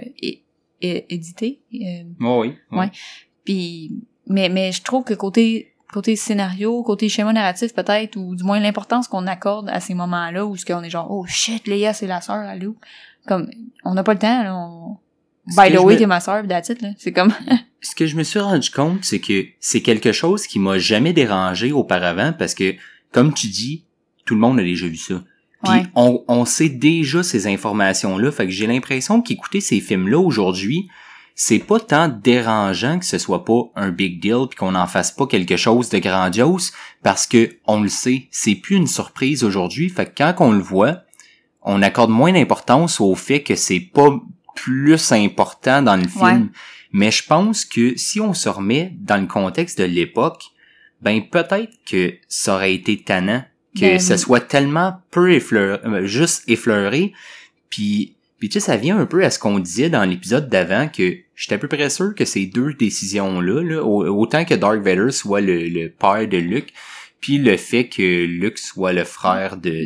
édités. Oui. Ouais. Puis, mais je trouve que côté scénario, côté schéma narratif peut-être, ou du moins l'importance qu'on accorde à ces moments-là où ce qu'on est genre, oh shit, Leia c'est la sœur à Luke. Comme, on n'a pas le temps, là, by the way, t'es ma sœur, that's it, là. C'est comme... Ce que je me suis rendu compte, c'est que c'est quelque chose qui m'a jamais dérangé auparavant, parce que, comme tu dis, tout le monde a déjà vu ça. Puis on sait déjà ces informations-là, fait que j'ai l'impression qu'écouter ces films-là aujourd'hui, c'est pas tant dérangeant que ce soit pas un big deal puis qu'on en fasse pas quelque chose de grandiose, parce que on le sait, c'est plus une surprise aujourd'hui, fait que quand on le voit, on accorde moins d'importance au fait que c'est pas plus important dans le film. Ouais. Mais je pense que si on se remet dans le contexte de l'époque, ben peut-être que ça aurait été tannant que ça soit tellement peu juste effleuré, puis tu sais, ça vient un peu à ce qu'on disait dans l'épisode d'avant, que j'étais à peu près sûr que ces deux décisions-là, là, autant que Darth Vader soit le père de Luke, puis le fait que Luke soit le frère de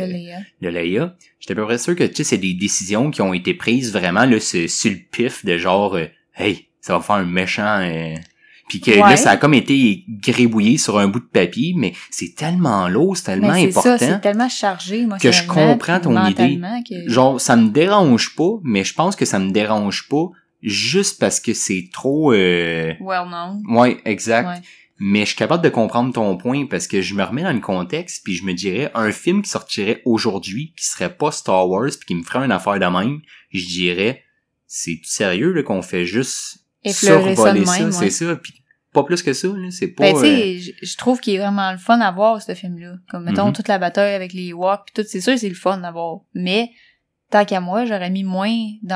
Leia, j'étais à peu près sûr que, tu sais, c'est des décisions qui ont été prises vraiment, là, sur le pif, de genre, hey, ça va faire un méchant... Puis que là, ça a comme été gribouillé sur un bout de papier, mais c'est tellement lourd, c'est tellement important. C'est tellement chargé, moi, que je comprends ton idée. Genre, ça me dérange pas, mais je pense que ça me dérange pas juste parce que c'est trop... well known. Ouais, exact. Ouais. Mais je suis capable de comprendre ton point parce que je me remets dans le contexte, puis je me dirais, un film qui sortirait aujourd'hui, qui serait pas Star Wars, puis qui me ferait une affaire de même, je dirais, c'est sérieux là qu'on fait juste... survoler ça, c'est ça, puis pas plus que ça, là, c'est pas... Ben, tu sais, je trouve qu'il est vraiment le fun à voir, ce film-là. Comme, mettons, toute la bataille avec les Ewoks, pis tout, c'est sûr, c'est le fun à voir. Mais, tant qu'à moi, j'aurais mis moins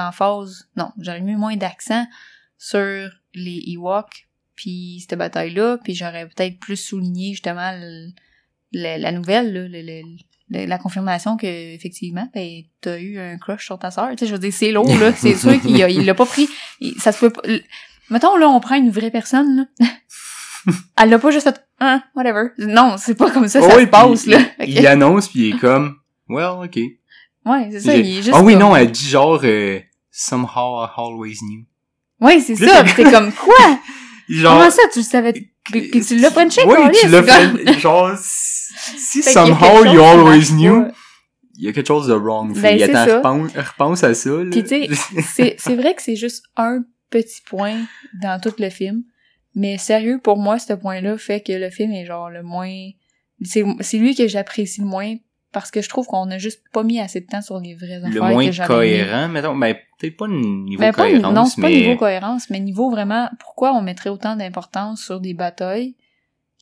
d'accent sur les Ewoks, pis cette bataille-là, puis j'aurais peut-être plus souligné, justement, la nouvelle, là, la confirmation que, effectivement, ben, t'as eu un crush sur ta sœur. Tu sais, je veux dire, c'est lourd, là. C'est sûr qu'il l'a pas pris. Ça se peut pas. Mettons, là, on prend une vraie personne, là. Elle l'a pas juste fait, whatever. Non, c'est pas comme ça, ça se passe, là. Okay. Il annonce pis il est comme, well, ok. Ouais, c'est ça, il est juste. Ah oui, non, elle dit genre, somehow I always knew. Ouais, c'est ça. T'es comme, quoi? Genre, comment ça, tu le savais? Pis tu l'as punché, oui, tu l'as fait, genre, si somehow you always knew, il y a quelque chose de wrong. Ben, attends, repense à ça, là. Pis tu sais, c'est vrai que c'est juste un petit point dans tout le film, mais sérieux, pour moi, ce point-là fait que le film est genre le moins... C'est lui que j'apprécie le moins, parce que je trouve qu'on a juste pas mis assez de temps sur les vraies affaires. Le moins cohérent, mettons, ben, peut-être pas niveau cohérence, non, c'est pas niveau cohérence, mais niveau vraiment, pourquoi on mettrait autant d'importance sur des batailles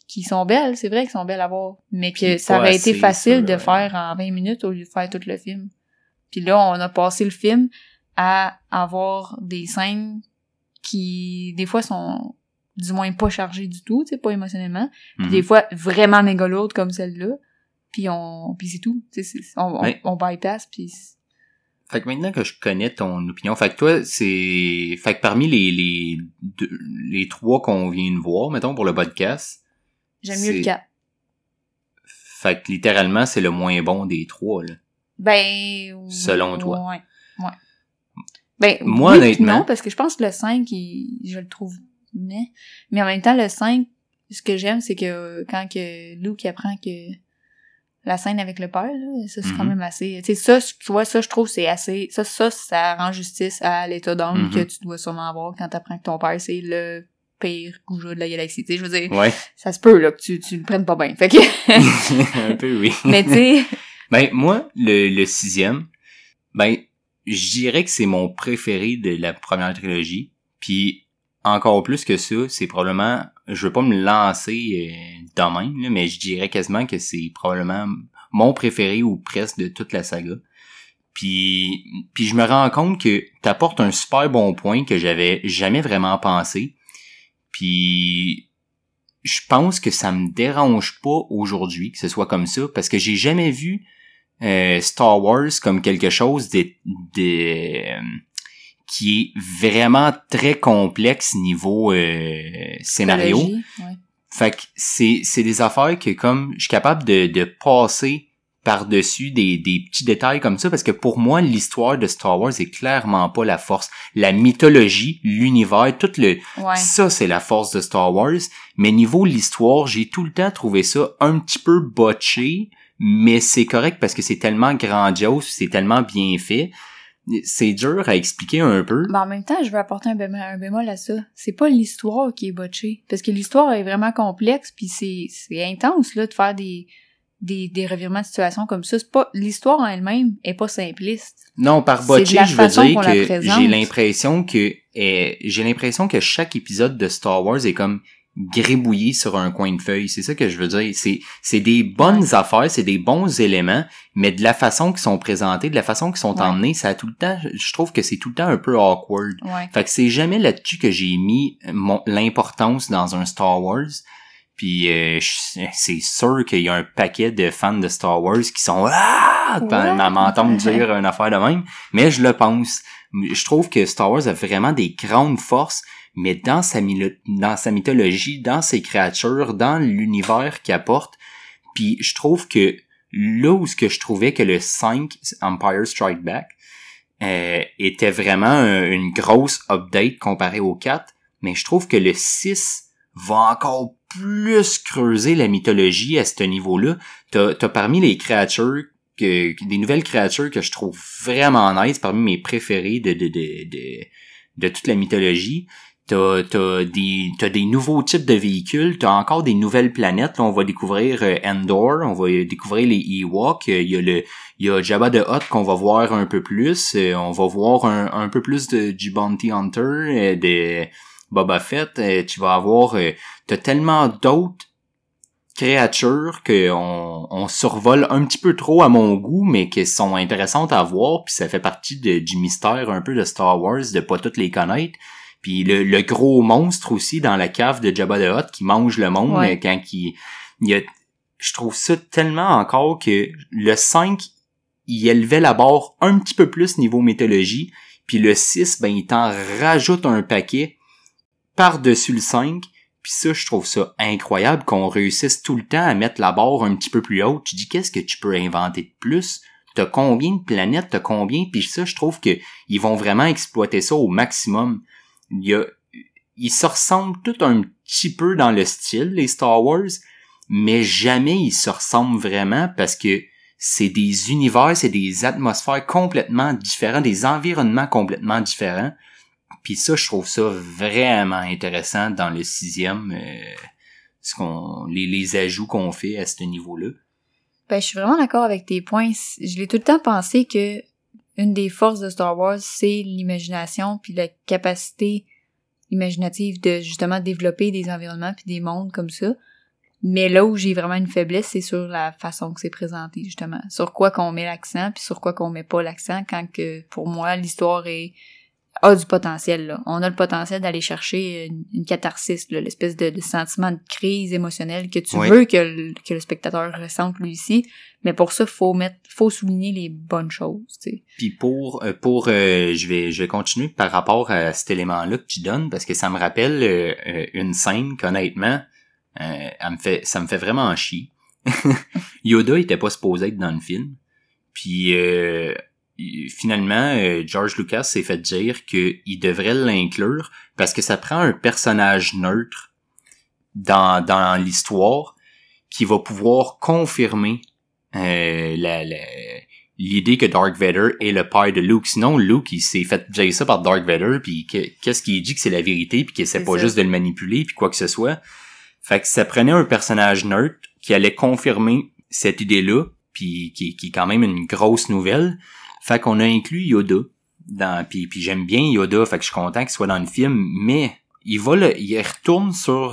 qui sont belles, c'est vrai qu'ils sont belles à voir, mais que ça aurait été facile de faire en 20 minutes au lieu de faire tout le film. Puis là, on a passé le film à avoir des scènes qui, des fois, sont du moins pas chargées du tout, tu sais, pas émotionnellement. Puis des fois, vraiment méga lourdes comme celle-là. Puis c'est tout. On bypass, puis... Fait que maintenant que je connais ton opinion, fait que toi, fait que parmi les 3 qu'on vient de voir, mettons, pour le podcast... J'aime mieux le 4. Fait que littéralement, c'est le moins bon des 3, là. Ben... Selon toi. Ouais. Ben, moi, oui, honnêtement... non, parce que je pense que le 5, je le trouve... Mais en même temps, le 5, ce que j'aime, c'est que quand que Luke apprend que la scène avec le père, là, ça, c'est quand même assez... Tu sais, ça, tu vois, ça, je trouve, c'est assez... Ça rend justice à l'état d'âme que tu dois sûrement avoir quand t'apprends que ton père, c'est le pire goujat de la galaxie. Tu sais, je veux dire, ça se peut, là, que tu le prennes pas bien. Fait que... Un peu, oui. Mais tu sais... Ben, moi, le 6e, ben, je dirais que c'est mon préféré de la première trilogie. Puis, encore plus que ça, c'est probablement... Je veux pas me lancer de même, là, mais je dirais quasiment que c'est probablement mon préféré ou presque de toute la saga. Puis je me rends compte que t'apportes un super bon point que j'avais jamais vraiment pensé. Puis je pense que ça me dérange pas aujourd'hui que ce soit comme ça, parce que j'ai jamais vu Star Wars comme quelque chose qui est vraiment très complexe niveau scénario. Ouais. Fait que c'est des affaires que comme je suis capable de passer par-dessus des petits détails comme ça, parce que pour moi, l'histoire de Star Wars est clairement pas la force. La mythologie, l'univers, ça, c'est la force de Star Wars. Mais niveau l'histoire, j'ai tout le temps trouvé ça un petit peu botché, mais c'est correct parce que c'est tellement grandiose, c'est tellement bien fait. C'est dur à expliquer un peu. Ben en même temps, je veux apporter un bémol à ça. C'est pas l'histoire qui est botchée. Parce que l'histoire est vraiment complexe, puis c'est intense, là, de faire des revirements de situation comme ça. C'est pas, l'histoire en elle-même est pas simpliste. Non, par botché, je veux dire que j'ai l'impression que chaque épisode de Star Wars est comme gribouillé sur un coin de feuille. C'est ça que je veux dire. C'est des bonnes affaires, c'est des bons éléments, mais de la façon qu'ils sont présentés, de la façon qu'ils sont emmenés, ça a tout le temps, je trouve que c'est tout le temps un peu awkward. Fait que c'est jamais là-dessus que j'ai mis l'importance dans un Star Wars. Puis c'est sûr qu'il y a un paquet de fans de Star Wars qui sont à m'entendre dire une affaire de même, mais je le pense. Je trouve que Star Wars a vraiment des grandes forces, mais dans sa mythologie, dans ses créatures, dans l'univers qu'il apporte. Puis je trouve que là où ce que je trouvais que le 5, Empire Strike Back, était vraiment une grosse update comparé au 4, mais je trouve que le 6 va encore plus creuser la mythologie à ce niveau-là. T'as parmi les créatures des nouvelles créatures que je trouve vraiment nice, parmi mes préférés de toute la mythologie. T'as des nouveaux types de véhicules, t'as encore des nouvelles planètes. Là, on va découvrir Endor, on va découvrir les Ewoks, il y a Jabba the Hutt qu'on va voir un peu plus, on va voir un peu plus du Bounty Hunter, de Boba Fett, tu vas avoir t'as tellement d'autres créatures que on survole un petit peu trop à mon goût, mais qui sont intéressantes à voir, puis ça fait partie du mystère un peu de Star Wars, de pas toutes les connaître. Puis le gros monstre aussi dans la cave de Jabba the Hutt qui mange le monde quand il y a, je trouve ça tellement encore que le 5 il élevait la barre un petit peu plus niveau mythologie, puis le 6 ben il t'en rajoute un paquet par-dessus le 5, puis ça je trouve ça incroyable qu'on réussisse tout le temps à mettre la barre un petit peu plus haute. Tu dis qu'est-ce que tu peux inventer de plus? T'as combien de planètes, t'as combien? Puis ça je trouve que ils vont vraiment exploiter ça au maximum. Ils se ressemblent tout un petit peu dans le style, les Star Wars, mais jamais ils se ressemblent vraiment parce que c'est des univers, c'est des atmosphères complètement différents, des environnements complètement différents. Puis ça, je trouve ça vraiment intéressant dans le 6e, les ajouts qu'on fait à ce niveau-là. Ben, je suis vraiment d'accord avec tes points. Je l'ai tout le temps pensé que une des forces de Star Wars, c'est l'imagination puis la capacité imaginative de justement développer des environnements puis des mondes comme ça. Mais là où j'ai vraiment une faiblesse, c'est sur la façon que c'est présenté, justement. Sur quoi qu'on met l'accent, puis sur quoi qu'on met pas l'accent, quand que, pour moi, l'histoire a du potentiel, là. On a le potentiel d'aller chercher une catharsis, là, l'espèce de sentiment de crise émotionnelle que tu veux que le spectateur ressente lui aussi. Mais pour ça, faut souligner les bonnes choses, tu sais. Puis je vais continuer par rapport à cet élément-là que tu donnes, parce que ça me rappelle une scène qu'honnêtement, ça me fait vraiment chier. Yoda était pas supposé être dans le film. Puis finalement, George Lucas s'est fait dire qu'il devrait l'inclure parce que ça prend un personnage neutre dans l'histoire qui va pouvoir confirmer l'idée que Darth Vader est le père de Luke. Sinon, Luke, il s'est fait dire ça par Darth Vader, puis qu'est-ce qu'il dit que c'est la vérité, puis qu'il essaie pas juste de le manipuler, puis quoi que ce soit. Fait que ça prenait un personnage neutre qui allait confirmer cette idée-là, puis qui est quand même une grosse nouvelle. Fait qu'on a inclus Yoda puis j'aime bien Yoda, fait que je suis content qu'il soit dans le film, mais il retourne sur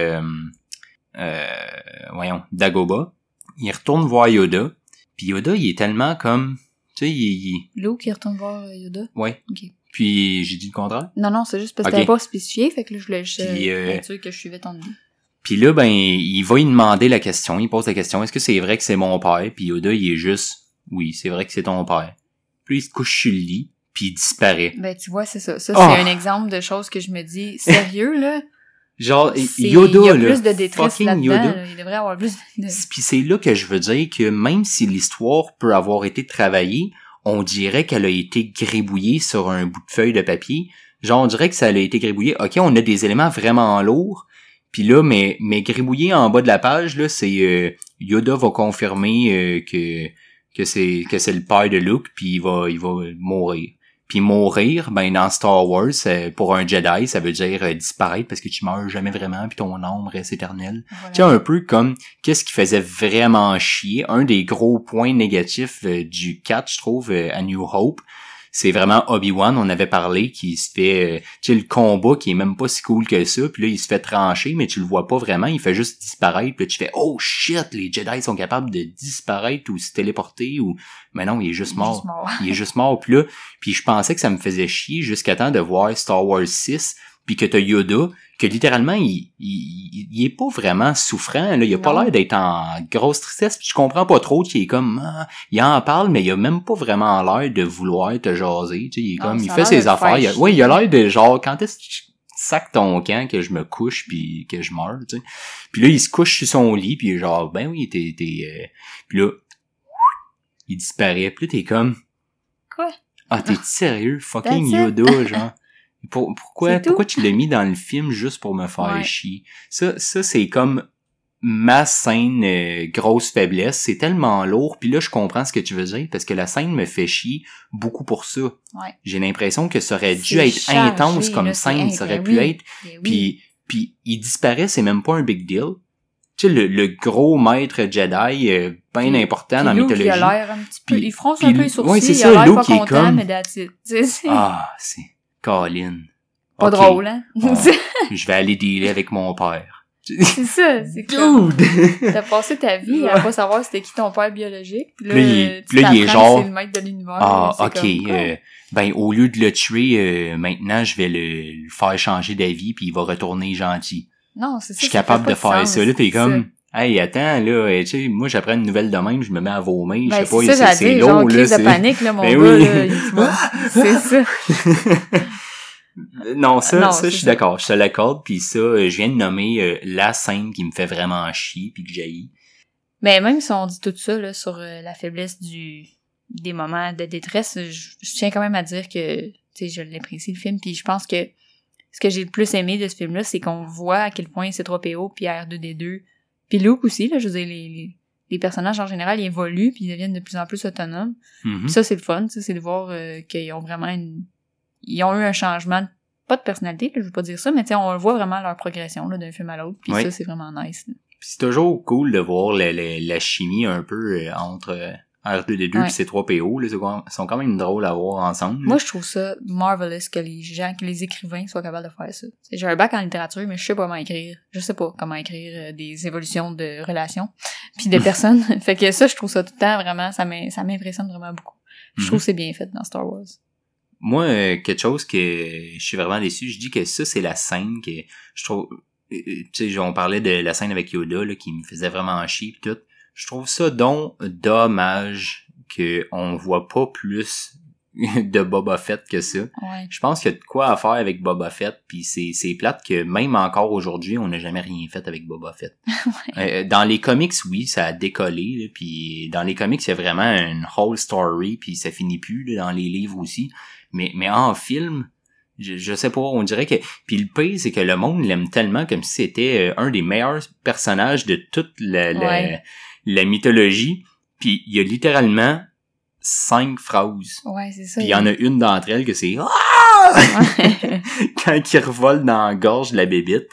Dagobah. Il retourne voir Yoda, puis Yoda, il est tellement comme, tu sais, Luke, il retourne voir Yoda? Ouais. OK. Puis j'ai dit le contraire? Non, c'est juste parce que t'avais pas spécifié, fait que là, je voulais juste être sûr que je suivais ton idée. Puis là, ben, il va lui demander la question, il pose la question, est-ce que c'est vrai que c'est mon père? Puis Yoda, il est juste, oui, c'est vrai que c'est ton père. Puis il se couche sur le lit, puis il disparaît. Ben, tu vois, c'est ça. Ça, c'est un exemple de choses que je me dis, sérieux, là? Genre, Yoda, là. Il y a plus de détresse là-dedans, Yoda. là. Il devrait avoir plus de... Puis c'est là que je veux dire que même si l'histoire peut avoir été travaillée, on dirait qu'elle a été gribouillée sur un bout de feuille de papier. Genre, on dirait que ça a été gribouillé. OK, on a des éléments vraiment lourds. Puis là, mais gribouillé en bas de la page, là, c'est Yoda va confirmer que c'est le père de Luke, puis il va mourir. Puis mourir, ben dans Star Wars, pour un Jedi, ça veut dire disparaître parce que tu meurs jamais vraiment, puis ton âme reste éternelle. Voilà. Tu sais, un peu comme qu'est-ce qui faisait vraiment chier. Un des gros points négatifs du 4, je trouve, à New Hope, c'est vraiment Obi-Wan, on avait parlé, qui se fait, tu sais, le combat qui est même pas si cool que ça, puis là, il se fait trancher, mais tu le vois pas vraiment, il fait juste disparaître, puis là, tu fais, oh shit, les Jedi sont capables de disparaître ou se téléporter, ou, mais non, il est juste mort. Il est juste mort, puis là, puis je pensais que ça me faisait chier jusqu'à temps de voir Star Wars 6, puis que t'as Yoda, que littéralement, il est pas vraiment souffrant, là, il a pas l'air d'être en grosse tristesse, puis je comprends pas trop, qu'il est comme, il en parle, mais il a même pas vraiment l'air de vouloir te jaser, tu sais, il est comme, il fait ses affaires, il a l'air de genre, quand est-ce que tu sacs ton camp, que je me couche, puis que je meurs, tu sais, puis là, il se couche sur son lit, puis genre, ben oui, puis là, il disparaît, puis là, t'es comme, quoi? Ah, t'es sérieux? Fucking Yoda, genre. Pourquoi tu l'as mis dans le film juste pour me faire chier? Ça, c'est comme ma scène grosse faiblesse. C'est tellement lourd. Puis là, je comprends ce que tu veux dire parce que la scène me fait chier beaucoup pour ça. Ouais. J'ai l'impression que ça aurait dû être intense comme là, scène. Ça aurait pu être. Puis il disparaît, c'est même pas un big deal. Tu sais, le gros maître Jedi, bien important dans la mythologie. Il a l'air un petit peu, il fronce un peu les sourcils, ouais, c'est il ça, a l'air Luke, pas qui est content, comme... mais that's it. Ah, c'est Colin. Pas drôle, hein? Bon, je vais aller dealer avec mon père. C'est ça, c'est Dude! T'as passé ta vie à pas savoir c'était qui ton père biologique. Puis là, il est genre... c'est le maître de l'univers. Ah, ok. Ben, au lieu de le tuer, maintenant, je vais le faire changer d'avis puis il va retourner gentil. Non, c'est ça. Je suis capable de faire ça. Là, t'es comme... Hey, attends, là, tu sais, moi, j'apprends une nouvelle de même, je me mets à vomir, je sais pas, c'est lourd, là. C'est de panique, là, mon gars, là, c'est ça. Non, je suis d'accord, je te l'accorde, puis ça, je viens de nommer la scène qui me fait vraiment chier, puis que j'haïs. Mais même si on dit tout ça, là, sur la faiblesse des moments de détresse, je tiens quand même à dire que, tu sais, je l'apprécie, le film, puis je pense que ce que j'ai le plus aimé de ce film-là, c'est qu'on voit à quel point C3PO puis R2D2 puis Luke aussi, là, je veux dire, les personnages en général, ils évoluent puis ils deviennent de plus en plus autonomes. Mm-hmm. Pis ça, c'est le fun, c'est de voir qu'ils ont vraiment ils ont eu un changement, pas de personnalité, là, je veux pas dire ça, mais tu sais, on voit vraiment leur progression, là, d'un film à l'autre, puis ça, c'est vraiment nice. Là. Pis c'est toujours cool de voir la chimie un peu entre R2D2 Ouais. puis C3PO, là, sont quand même drôles à voir ensemble. Moi, je trouve ça marvelous que les écrivains soient capables de faire ça. J'ai un bac en littérature, mais je sais pas comment écrire. Je sais pas comment écrire des évolutions de relations puis de personnes. Fait que ça, je trouve ça tout le temps vraiment, ça m'impressionne vraiment beaucoup. Je trouve que c'est bien fait dans Star Wars. Moi, quelque chose que je suis vraiment déçu, je dis que ça, c'est la scène que je trouve... Tu sais, on parlait de la scène avec Yoda, là, qui me faisait vraiment chier pis tout. Je trouve ça donc dommage qu'on voit pas plus de Boba Fett que ça. Ouais. Je pense qu'il y a de quoi à faire avec Boba Fett, puis c'est plate que même encore aujourd'hui, on n'a jamais rien fait avec Boba Fett. Ouais. Dans les comics, oui, ça a décollé, puis dans les comics, il y a vraiment une whole story, puis ça finit plus, là, dans les livres aussi. Mais en film, je sais pas, on dirait que... Puis le pire, c'est que le monde l'aime tellement comme si c'était un des meilleurs personnages de toute la mythologie. Puis il y a littéralement 5 phrases. Ouais, c'est ça. Puis il y en a une d'entre elles que c'est... Ah! Ouais. Quand il revole dans la gorge de la bébite.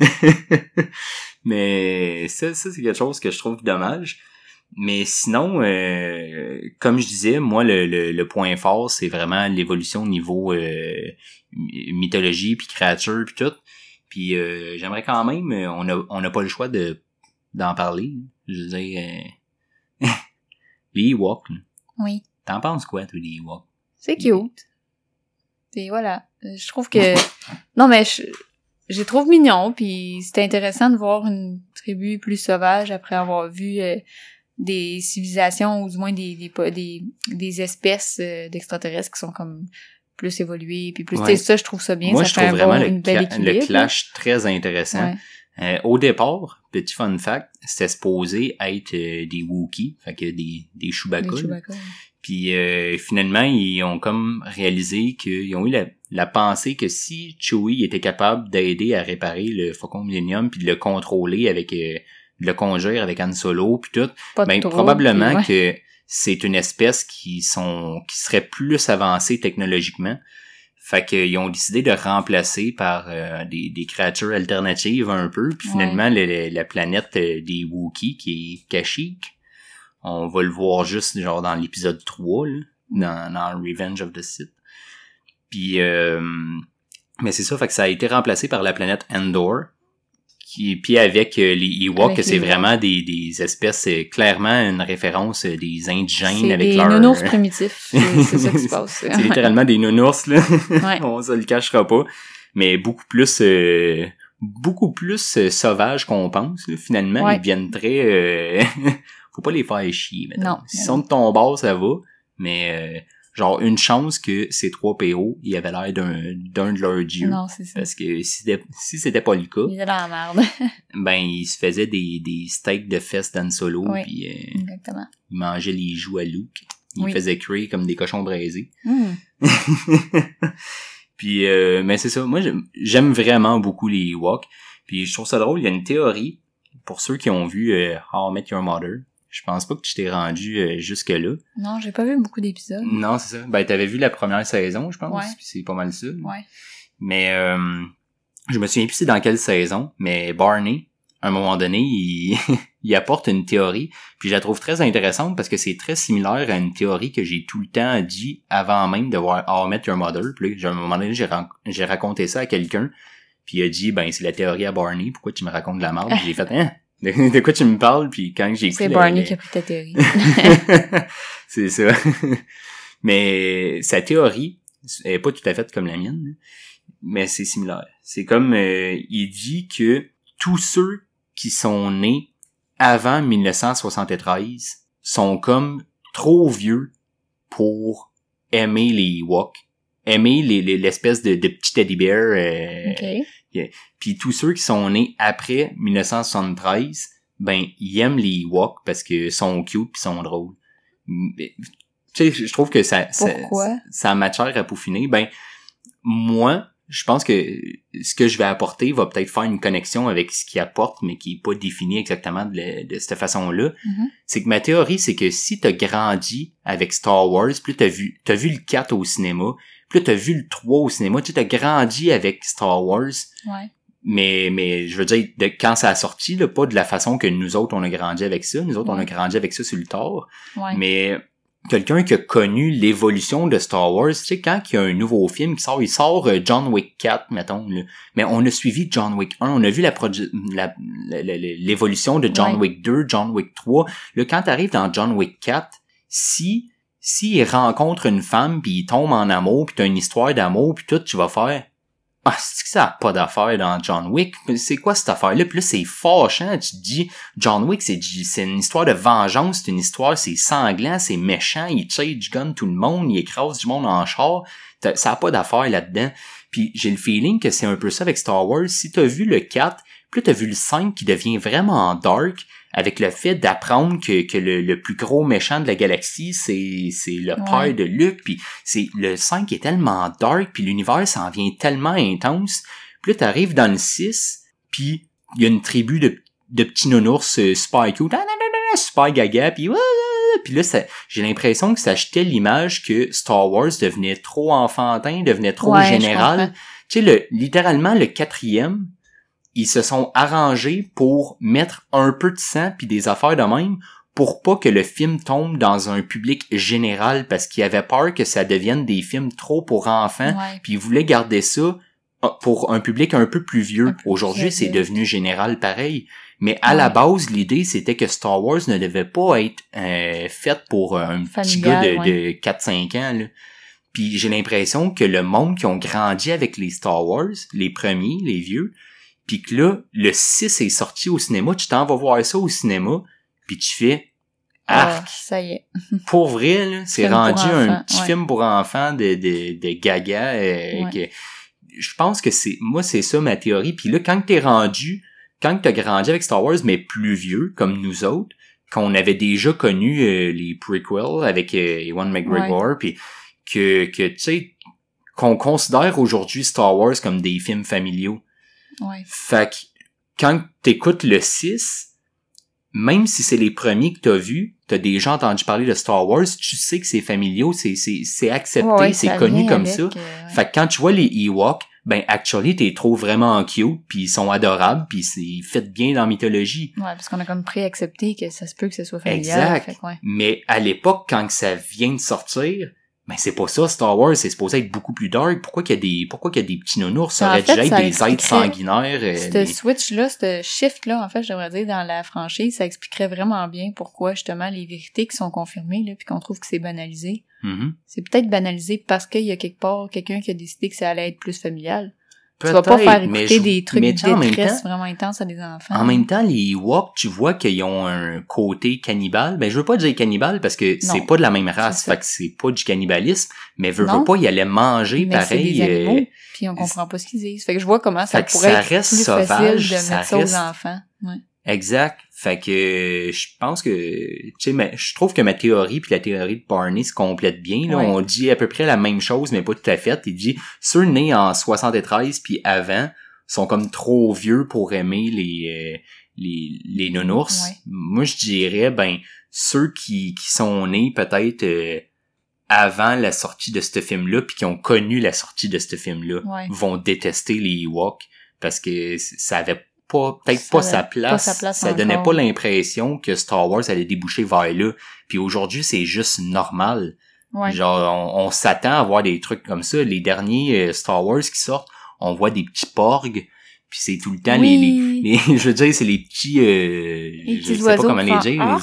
Mais ça, c'est quelque chose que je trouve dommage. Mais sinon, comme je disais, moi, le point fort, c'est vraiment l'évolution au niveau mythologie, puis créature, puis tout. Puis j'aimerais quand même, on n'a pas le choix d'en parler. Je veux dire, les Ewoks. Oui. T'en penses quoi, toi, les Ewoks? C'est cute. Et voilà. Je trouve que... Non, mais je les trouve mignons, puis c'est intéressant de voir une tribu plus sauvage après avoir vu... des civilisations ou du moins des espèces d'extraterrestres qui sont comme plus évoluées puis plus ça je trouve ça bien. Moi ça je fait trouve vraiment le clash très intéressant. Ouais. Au départ, petit fun fact, c'était supposé être des Wookiees, fait que des Chewbacca. Des Chewbacca. Puis finalement ils ont comme réalisé qu'ils ont eu la pensée que si Chewie était capable d'aider à réparer le Faucon Millennium puis de le contrôler avec de le conduire avec Han Solo puis tout, probablement que c'est une espèce qui serait plus avancée technologiquement. Fait qu'ils ont décidé de remplacer par des créatures alternatives un peu. Puis finalement, la planète des Wookiees, qui est Kashyyyk, on va le voir juste genre dans l'épisode 3, là, dans Revenge of the Sith. Puis, mais c'est ça, fait que ça a été remplacé par la planète Endor. Puis avec les Ewoks, c'est vraiment des espèces, clairement une référence des indigènes avec leur... C'est des nounours primitifs, c'est ça qui se passe. C'est littéralement des nounours, là. Ouais. On se le cachera pas. Mais beaucoup plus sauvages qu'on pense, là. Finalement. Ouais. Ils viennent très... Faut pas les faire chier, maintenant. Non. S'ils sont de ton bord, ça va. Mais... genre, une chance que ces 3PO, ils avaient l'air d'un de leurs dieux. Non, c'est ça. Parce que si c'était pas le cas... Ils étaient dans la merde. Ben, ils se faisaient des steaks de fesses d'Han Solo. Oui, puis exactement. Ils mangeaient les joues à Luke. Ils faisaient cuire comme des cochons braisés. Puis, mais c'est ça. Moi, j'aime vraiment beaucoup les Ewoks. Puis, je trouve ça drôle. Il y a une théorie, pour ceux qui ont vu How I Met Your Mother... Je pense pas que tu t'es rendu jusque-là. Non, j'ai pas vu beaucoup d'épisodes. Non, c'est ça. Ben, t'avais vu la première saison, je pense. Ouais. Puis c'est pas mal ça. Ouais. Mais je me souviens plus c'est dans quelle saison, mais Barney, à un moment donné, il apporte une théorie. Puis je la trouve très intéressante parce que c'est très similaire à une théorie que j'ai tout le temps dit avant même de voir How I Met Your Mother. Puis à un moment donné, j'ai raconté ça à quelqu'un. Puis il a dit, ben c'est la théorie à Barney. Pourquoi tu me racontes de la merde? J'ai fait, hein? De quoi tu me parles, puis quand j'ai écouté... C'est Barney qui a pris ta théorie. C'est ça. Mais sa théorie est pas tout à fait comme la mienne, mais c'est similaire. C'est comme, il dit que tous ceux qui sont nés avant 1973 sont comme trop vieux pour aimer les Ewoks, aimer l'espèce de petit teddy bear. Puis tous ceux qui sont nés après 1973, ben ils aiment les Ewoks parce que sont cute pis sont drôles. Tu sais, je trouve que ça a matière à peaufiner. Ben moi, je pense que ce que je vais apporter va peut-être faire une connexion avec ce qu'il apporte, mais qui est pas défini exactement de cette façon-là. C'est que ma théorie, c'est que si t'as grandi avec Star Wars, plus t'as vu le 4 au cinéma, puis là, t'as vu le 3 au cinéma, tu sais, t'as grandi avec Star Wars. Ouais. mais je veux dire, quand ça a sorti, là, pas de la façon que nous autres, on a grandi avec ça. Nous autres, on a grandi avec ça sur le tard. Ouais. Mais quelqu'un qui a connu l'évolution de Star Wars, tu sais, quand il y a un nouveau film qui sort, il sort John Wick 4, mettons, là. Mais on a suivi John Wick 1, on a vu l'évolution de John Wick 2, John Wick 3. Là, quand t'arrives dans John Wick 4, si il rencontre une femme, puis il tombe en amour, puis t'as une histoire d'amour, puis tout, tu vas faire... Ah, c'est que ça a pas d'affaire dans John Wick. C'est quoi cette affaire-là? Puis là, c'est fâchant. Tu te dis, John Wick, c'est une histoire de vengeance, c'est une histoire, c'est sanglant, c'est méchant, il tire du gun tout le monde, il écrase du monde en char. Ça a pas d'affaire là-dedans. Puis j'ai le feeling que c'est un peu ça avec Star Wars. Si t'as vu le 4, puis là, t'as vu le 5 qui devient vraiment dark, avec le fait d'apprendre que le plus gros méchant de la galaxie, c'est le père de Luke, puis le 5 est tellement dark, puis l'univers s'en vient tellement intense. Puis là, t'arrives dans le 6, puis il y a une tribu de petits nounours super cute, super gaga, puis là, j'ai l'impression que ça achetait l'image que Star Wars devenait trop enfantin, devenait trop général. Tu sais, littéralement, le 4e, ils se sont arrangés pour mettre un peu de sang puis des affaires de même pour pas que le film tombe dans un public général parce qu'ils avaient peur que ça devienne des films trop pour enfants puis ils voulaient garder ça pour un public un peu plus vieux. Aujourd'hui, c'est devenu général pareil. Mais à la base, l'idée, c'était que Star Wars ne devait pas être fait pour un petit gars de 4-5 ans, là. Puis j'ai l'impression que le monde qui ont grandi avec les Star Wars, les premiers, les vieux, pis que là, le 6 est sorti au cinéma, tu t'en vas voir ça au cinéma, pis tu fais ça y est. Pour vrai, là, c'est rendu un petit film pour enfants de gaga. Que, je pense que c'est ça ma théorie. Puis là, quand t'as grandi avec Star Wars, mais plus vieux, comme nous autres, qu'on avait déjà connu les prequels avec Ewan McGregor, puis que tu sais, qu'on considère aujourd'hui Star Wars comme des films familiaux. Fait que quand t'écoutes le 6, même si c'est les premiers que t'as vus, t'as déjà entendu parler de Star Wars, tu sais que c'est familiaux, c'est accepté, c'est connu comme ça. Fait que quand tu vois les Ewoks, ben actually t'es trouves vraiment cute, puis ils sont adorables, puis c'est fait bien dans la mythologie. Ouais, parce qu'on a comme préaccepté que ça se peut que ce soit familial. Exact. Fait que, mais à l'époque, quand ça vient de sortir, ben c'est pas ça, Star Wars, c'est supposé être beaucoup plus dark. Pourquoi qu'il y a des petits nounours? Ça aurait déjà être des êtres sanguinaires. Ce switch-là, ce shift-là, en fait, je devrais dire, dans la franchise, ça expliquerait vraiment bien pourquoi, justement, les vérités qui sont confirmées, là, puis qu'on trouve que c'est banalisé. Mm-hmm. C'est peut-être banalisé parce qu'il y a quelque part quelqu'un qui a décidé que ça allait être plus familial. Tu vas pas faire écouter des trucs de détresse vraiment intenses à des enfants. En même temps, les Ewoks, tu vois qu'ils ont un côté cannibale. Ben, je veux pas dire cannibale parce que c'est pas de la même race, fait que c'est pas du cannibalisme, mais veux pas, ils allaient manger pareil. C'est des animaux, puis on comprend pas ce qu'ils disent. Fait que je vois comment ça pourrait être plus facile de mettre ça aux enfants. Ouais. Exact. Fait que je pense que tu sais, mais je trouve que ma théorie puis la théorie de Barney se complètent bien là. On dit à peu près la même chose mais pas tout à fait. Il dit ceux nés en 73 puis avant sont comme trop vieux pour aimer les nounours. Moi je dirais ben ceux qui sont nés peut-être avant la sortie de ce film-là puis qui ont connu la sortie de ce film-là vont détester les Ewoks parce que ça avait peut-être pas sa place, ça donnait pas l'impression que Star Wars allait déboucher vers là. Puis aujourd'hui, c'est juste normal. Genre, on s'attend à voir des trucs comme ça. Les derniers Star Wars qui sortent, on voit des petits porgs, puis c'est tout le temps les je veux dire, c'est les petits je sais pas comment les dire.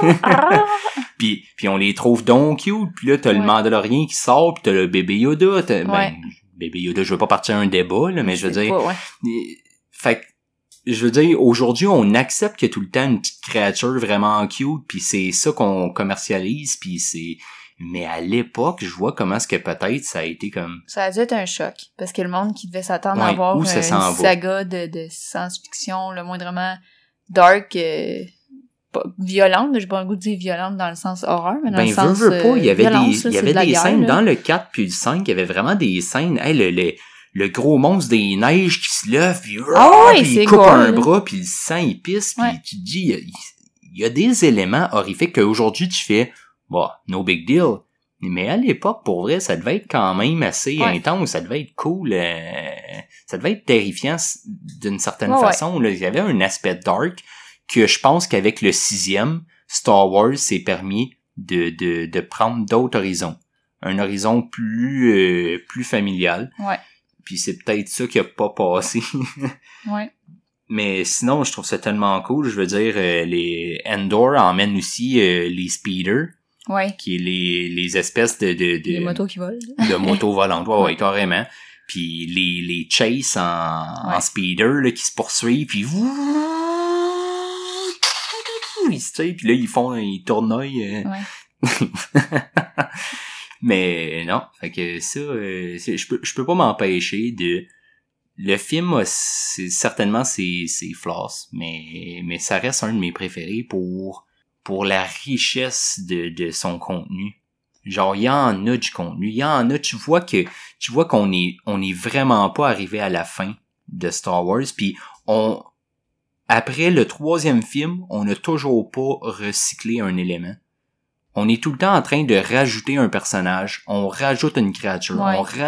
Puis on les trouve donc cute. Puis là, t'as le Mandalorien qui sort, puis t'as le bébé Yoda. Ben, bébé Yoda, je veux pas partir à un débat, là, mais je veux dire... Fait que je veux dire, aujourd'hui, on accepte qu'il y a tout le temps une petite créature vraiment cute, puis c'est ça qu'on commercialise, puis c'est... Mais à l'époque, je vois comment est-ce que peut-être ça a été comme... Ça a dû être un choc, parce que le monde qui devait s'attendre à avoir une saga de science-fiction, le moindrement dark, violente, j'ai pas le goût de dire violente dans le sens horreur, mais dans le sens pas, il y avait violence, il y avait des scènes dans le 4 puis le 5, il y avait vraiment des scènes, le gros monstre des neiges qui se lève, puis il coupe un bras, puis le sang, il pisse, puis tu te dis, il y a des éléments horrifiques qu'aujourd'hui, tu fais, no big deal. Mais à l'époque, pour vrai, ça devait être quand même assez intense, ça devait être cool, ça devait être terrifiant d'une certaine façon. Là. Il y avait un aspect dark que je pense qu'avec le 6e, Star Wars s'est permis de prendre d'autres horizons. Un horizon plus familial. Ouais. Puis c'est peut-être ça qui a pas passé. Ouais. Mais sinon, je trouve ça tellement cool. Je veux dire, les Endor emmènent aussi les speeders. Ouais. Qui est les espèces de les motos qui volent. De motos volantes. Ouais, carrément. Puis les chase en speeder, là, qui se poursuivent, puis puis là, ils tournoient. Mais non, fait que ça, je peux pas m'empêcher de... Le film a certainement ses flaws, mais ça reste un de mes préférés pour la richesse de son contenu. Genre, il y en a du contenu, il y en a, tu vois qu'on est vraiment pas arrivé à la fin de Star Wars, puis après le 3e film, on n'a toujours pas recyclé un élément. On est tout le temps en train de rajouter un personnage, on rajoute une créature,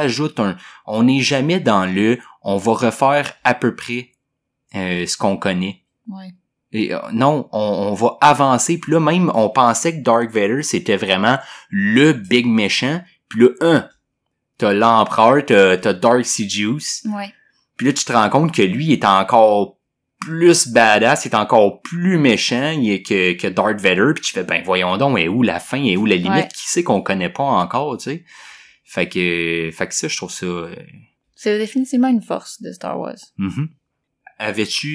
on n'est jamais dans on va refaire à peu près ce qu'on connaît. Ouais. Et, non, on va avancer, puis là même on pensait que Darth Vader c'était vraiment le big méchant, puis là t'as l'empereur, t'as Darth Sidious. Ouais. Puis là tu te rends compte que lui est encore plus badass, est encore plus méchant que Darth Vader, puis tu fais ben voyons donc, est où la fin, est où la limite, qui sait qu'on connaît pas encore, tu sais. Fait que ça je trouve ça c'est définitivement une force de Star Wars. Mm-hmm. Avais-tu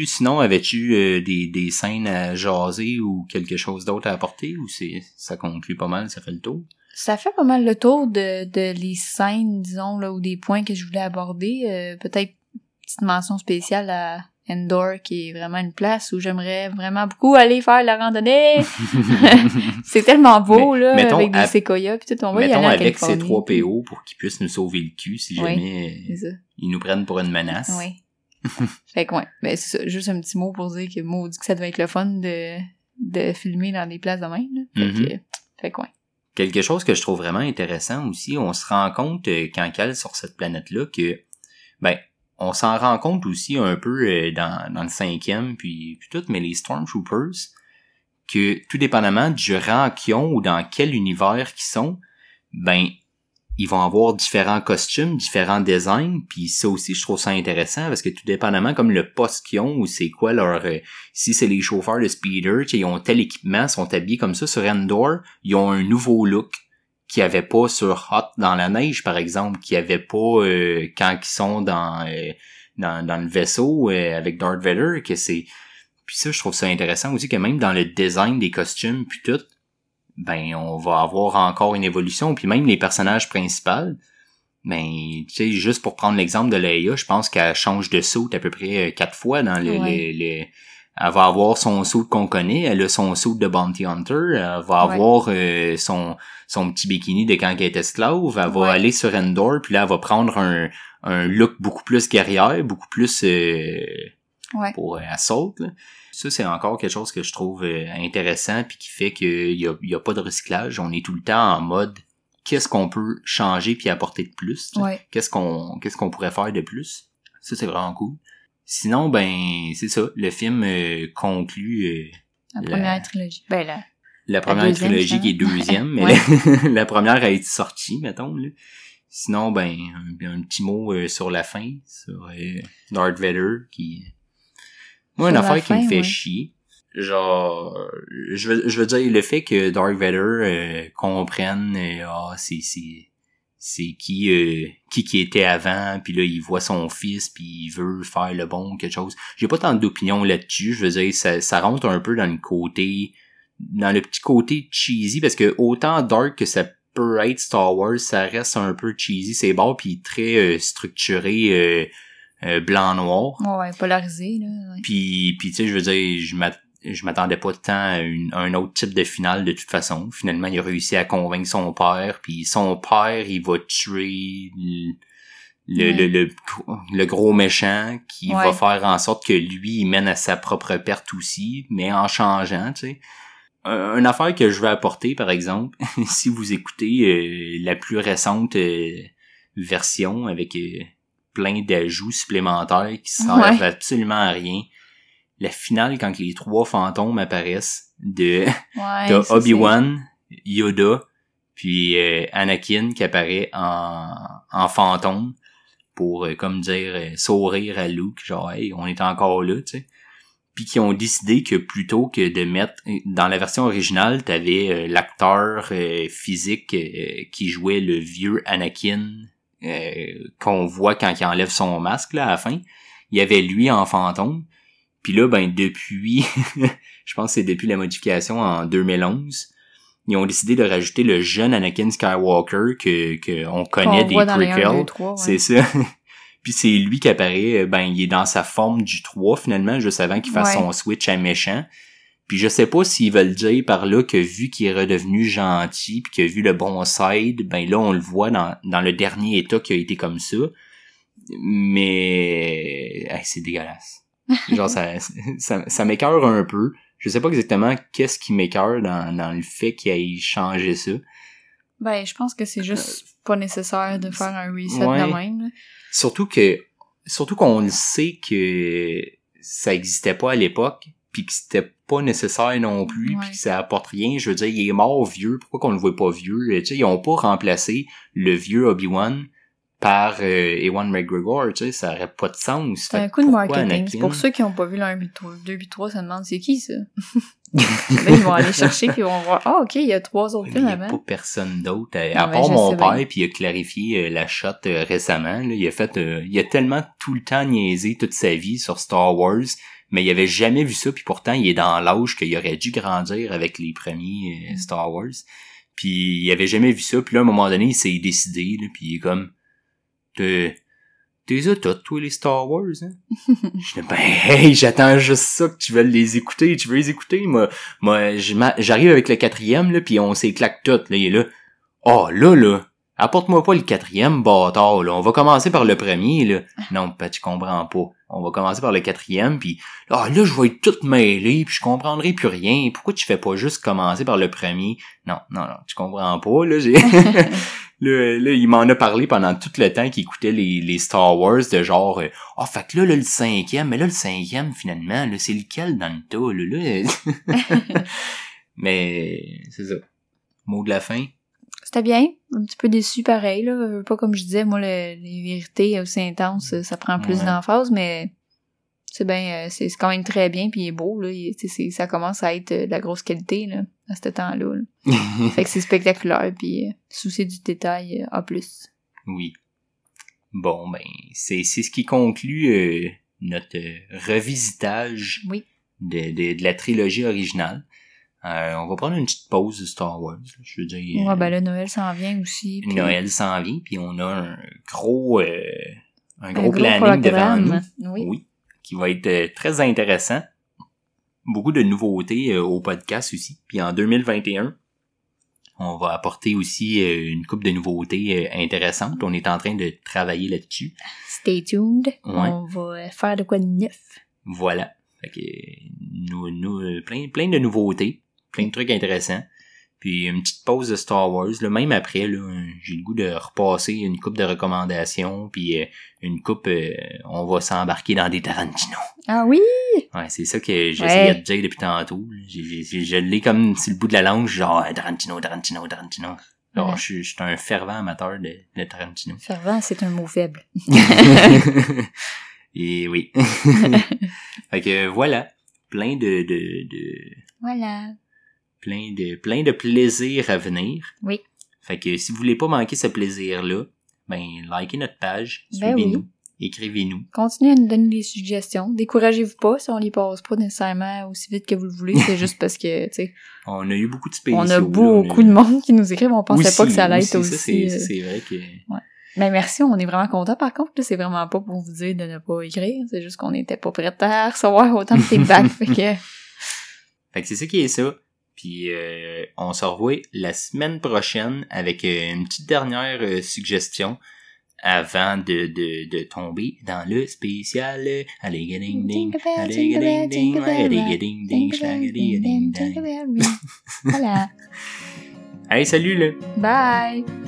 des scènes à jaser ou quelque chose d'autre à apporter, ou ça conclut pas mal, ça fait le tour? Ça fait pas mal le tour de les scènes, disons, là, ou des points que je voulais aborder. Peut-être une petite mention spéciale à Endor, qui est vraiment une place où j'aimerais vraiment beaucoup aller faire la randonnée. C'est tellement beau, avec des séquoias, pis tout, on va y aller en avec Californie. ces 3 PO pour qu'ils puissent nous sauver le cul si jamais ils nous prennent pour une menace. Oui. Fait que ben c'est ça, juste un petit mot pour dire que maudit que ça devait être le fun de filmer dans des places de même, là. Fait que Quelque chose que je trouve vraiment intéressant aussi, on se rend compte quand elle est sur cette planète-là que, on s'en rend compte aussi un peu dans le 5e puis tout, mais les Stormtroopers, que tout dépendamment du rang qu'ils ont ou dans quel univers qu'ils sont, ils vont avoir différents costumes, différents designs, puis ça aussi je trouve ça intéressant parce que tout dépendamment comme le poste qu'ils ont ou c'est quoi leur si c'est les chauffeurs de speeder, ils ont tel équipement, sont habillés comme ça. Sur Endor, ils ont un nouveau look qu'il y avait pas sur Hot dans la neige par exemple, qu'il y avait pas quand ils sont dans le vaisseau avec Darth Vader, que c'est puis ça je trouve ça intéressant aussi que même dans le design des costumes puis tout, on va avoir encore une évolution, puis même les personnages principaux, tu sais, juste pour prendre l'exemple de Leia, je pense qu'elle change de suit à peu près 4 fois dans elle va avoir son suit qu'on connaît, elle a son suit de Bounty Hunter, elle va avoir son petit bikini de quand elle est esclave, elle va aller sur Endor, puis là elle va prendre un look beaucoup plus guerrière, beaucoup plus pour assault, là. Ça, c'est encore quelque chose que je trouve intéressant puis qui fait qu'il y a pas de recyclage. On est tout le temps en mode qu'est-ce qu'on peut changer puis apporter de plus? Qu'est-ce qu'on pourrait faire de plus? Ça, c'est vraiment cool. Sinon, c'est ça. Le film conclut la première trilogie. La première trilogie qui est 2e, mais la première a été sortie, mettons, là. Sinon, un petit mot sur la fin, sur Darth Vader qui... Moi, une affaire qui me fait chier, genre, je veux dire, le fait que Darth Vader comprenne, c'est qui était avant, puis là, il voit son fils, puis il veut faire le bon, quelque chose. J'ai pas tant d'opinion là-dessus, je veux dire, ça rentre un peu dans le petit côté cheesy, parce que autant dark que ça peut être Star Wars, ça reste un peu cheesy, c'est bon, puis très structuré, blanc-noir. Ouais, polarisé, là. Ouais. Puis tu sais, je veux dire, je m'attendais pas tant à un autre type de finale de toute façon. Finalement, il a réussi à convaincre son père, puis son père, il va tuer le gros méchant qui va faire en sorte que lui, il mène à sa propre perte aussi, mais en changeant, tu sais. une affaire que je veux apporter, par exemple, si vous écoutez la plus récente version avec plein d'ajouts supplémentaires qui servent absolument à rien, la finale quand les 3 fantômes apparaissent de Obi-Wan, Yoda, puis Anakin qui apparaît en fantôme pour comme dire sourire à Luke, genre hey, on est encore là, tu sais. Puis qui ont décidé que plutôt que de mettre dans la version originale, t'avais l'acteur physique qui jouait le vieux Anakin qu'on voit quand il enlève son masque là à la fin, il y avait lui en fantôme. Puis là ben depuis je pense que c'est depuis la modification en 2011, ils ont décidé de rajouter le jeune Anakin Skywalker que on connaît des prequels, c'est ça. Puis c'est lui qui apparaît, ben il est dans sa forme du 3 finalement, juste avant qu'il fasse son switch à méchant. Puis je sais pas s'ils veulent dire par là que vu qu'il est redevenu gentil puis qu'il a vu le bon side, ben là on le voit dans le dernier état qui a été comme ça. Mais c'est dégueulasse. Genre ça m'écoeure un peu. Je sais pas exactement qu'est-ce qui m'écoeure dans le fait qu'il ait changé ça. Ben je pense que c'est juste pas nécessaire de faire un reset de même. Là. Surtout qu'on le sait que ça existait pas à l'époque, puis que c'était pas nécessaire non plus, puis que ça apporte rien. Je veux dire, il est mort vieux, pourquoi qu'on le voit pas vieux? Tu sais, ils ont pas remplacé le vieux Obi-Wan par Ewan McGregor, tu sais, ça aurait pas de sens. C'est un coup de marketing. Anakin? C'est pour ceux qui ont pas vu le 1 2 puis 3, ça demande c'est qui ça? Là, ils vont aller chercher puis ils vont voir ok, il y a 3 autres films avant. Il y a pas personne d'autre à part mon père, puis il a clarifié la shot récemment, là, il a tellement tout le temps niaisé toute sa vie sur Star Wars, mais il avait jamais vu ça, puis pourtant il est dans l'âge qu'il aurait dû grandir avec les premiers Star Wars. Puis il avait jamais vu ça, puis là à un moment donné, il s'est décidé là, puis il est comme t'es toutes, toi, les Star Wars, hein? Je dis, ben, hey, j'attends juste ça que tu veux les écouter. Tu veux les écouter? Moi, j'arrive avec le 4e, là, pis on s'éclate tout, là, il est là. Oh, là, apporte-moi pas le 4e, bâtard, là. On va commencer par le premier, là. Non, ben, tu comprends pas. On va commencer par le 4e, pis là, je vais être tout mêlé, pis je comprendrai plus rien. Pourquoi tu fais pas juste commencer par le premier? Non, tu comprends pas, là, Là, il m'en a parlé pendant tout le temps qu'il écoutait les Star Wars de genre fait que là le 5e, mais là le 5e finalement, là c'est lequel dans le tas là? Mais c'est ça. Mot de la fin. C'était bien, un petit peu déçu pareil là, pas comme je disais moi les vérités aussi intenses, ça prend plus d'emphase mais c'est bien c'est quand même très bien puis il est beau là, ça commence à être de la grosse qualité là à ce temps-là. Là. Fait que c'est spectaculaire puis souci du détail à plus. Oui. Bon ben c'est ce qui conclut notre revisitage de la trilogie originale. On va prendre une petite pause de Star Wars. Je veux dire. Ouais ben là Noël s'en vient aussi. Puis... Noël s'en vient puis on a un gros planning devant nous. Oui. Qui va être très intéressant. Beaucoup de nouveautés au podcast aussi. Puis en 2021, on va apporter aussi une couple de nouveautés intéressantes. On est en train de travailler là-dessus. Stay tuned. Ouais. On va faire de quoi de neuf. Voilà. Fait que plein de nouveautés, plein de trucs intéressants. Puis une petite pause de Star Wars. Là, même après, là, j'ai le goût de repasser une coupe de recommandations. Puis une coupe, on va s'embarquer dans des Tarantino. Ah oui! Ouais, c'est ça que j'essayais de dire depuis tantôt. Je l'ai comme sur le bout de la langue, genre Tarantino. Alors, je suis un fervent amateur de Tarantino. Fervent, c'est un mot faible. Et oui. Fait que voilà. Plein de... Voilà. Plein de plaisir à venir. Oui. Fait que si vous voulez pas manquer ce plaisir-là, ben likez notre page, suivez-nous, écrivez-nous. Continuez à nous donner des suggestions. Découragez-vous pas si on les passe pas nécessairement aussi vite que vous le voulez. C'est juste parce que, tu sais... On a eu beaucoup de spéciaux. On a beaucoup de monde qui nous écrivent. On pensait pas que ça allait être aussi... Ça, c'est vrai que... Ouais. Mais merci, on est vraiment contents. Par contre, là, c'est vraiment pas pour vous dire de ne pas écrire. C'est juste qu'on n'était pas prêts à recevoir autant de feedback. Fait que c'est ça qui est ça. Puis on se revoit la semaine prochaine avec une petite dernière suggestion. avant de tomber dans le spécial. Allez, ding ding, allez, ding ding, allez, ding ding, ding ding. Voilà. Allez, salut là. Bye.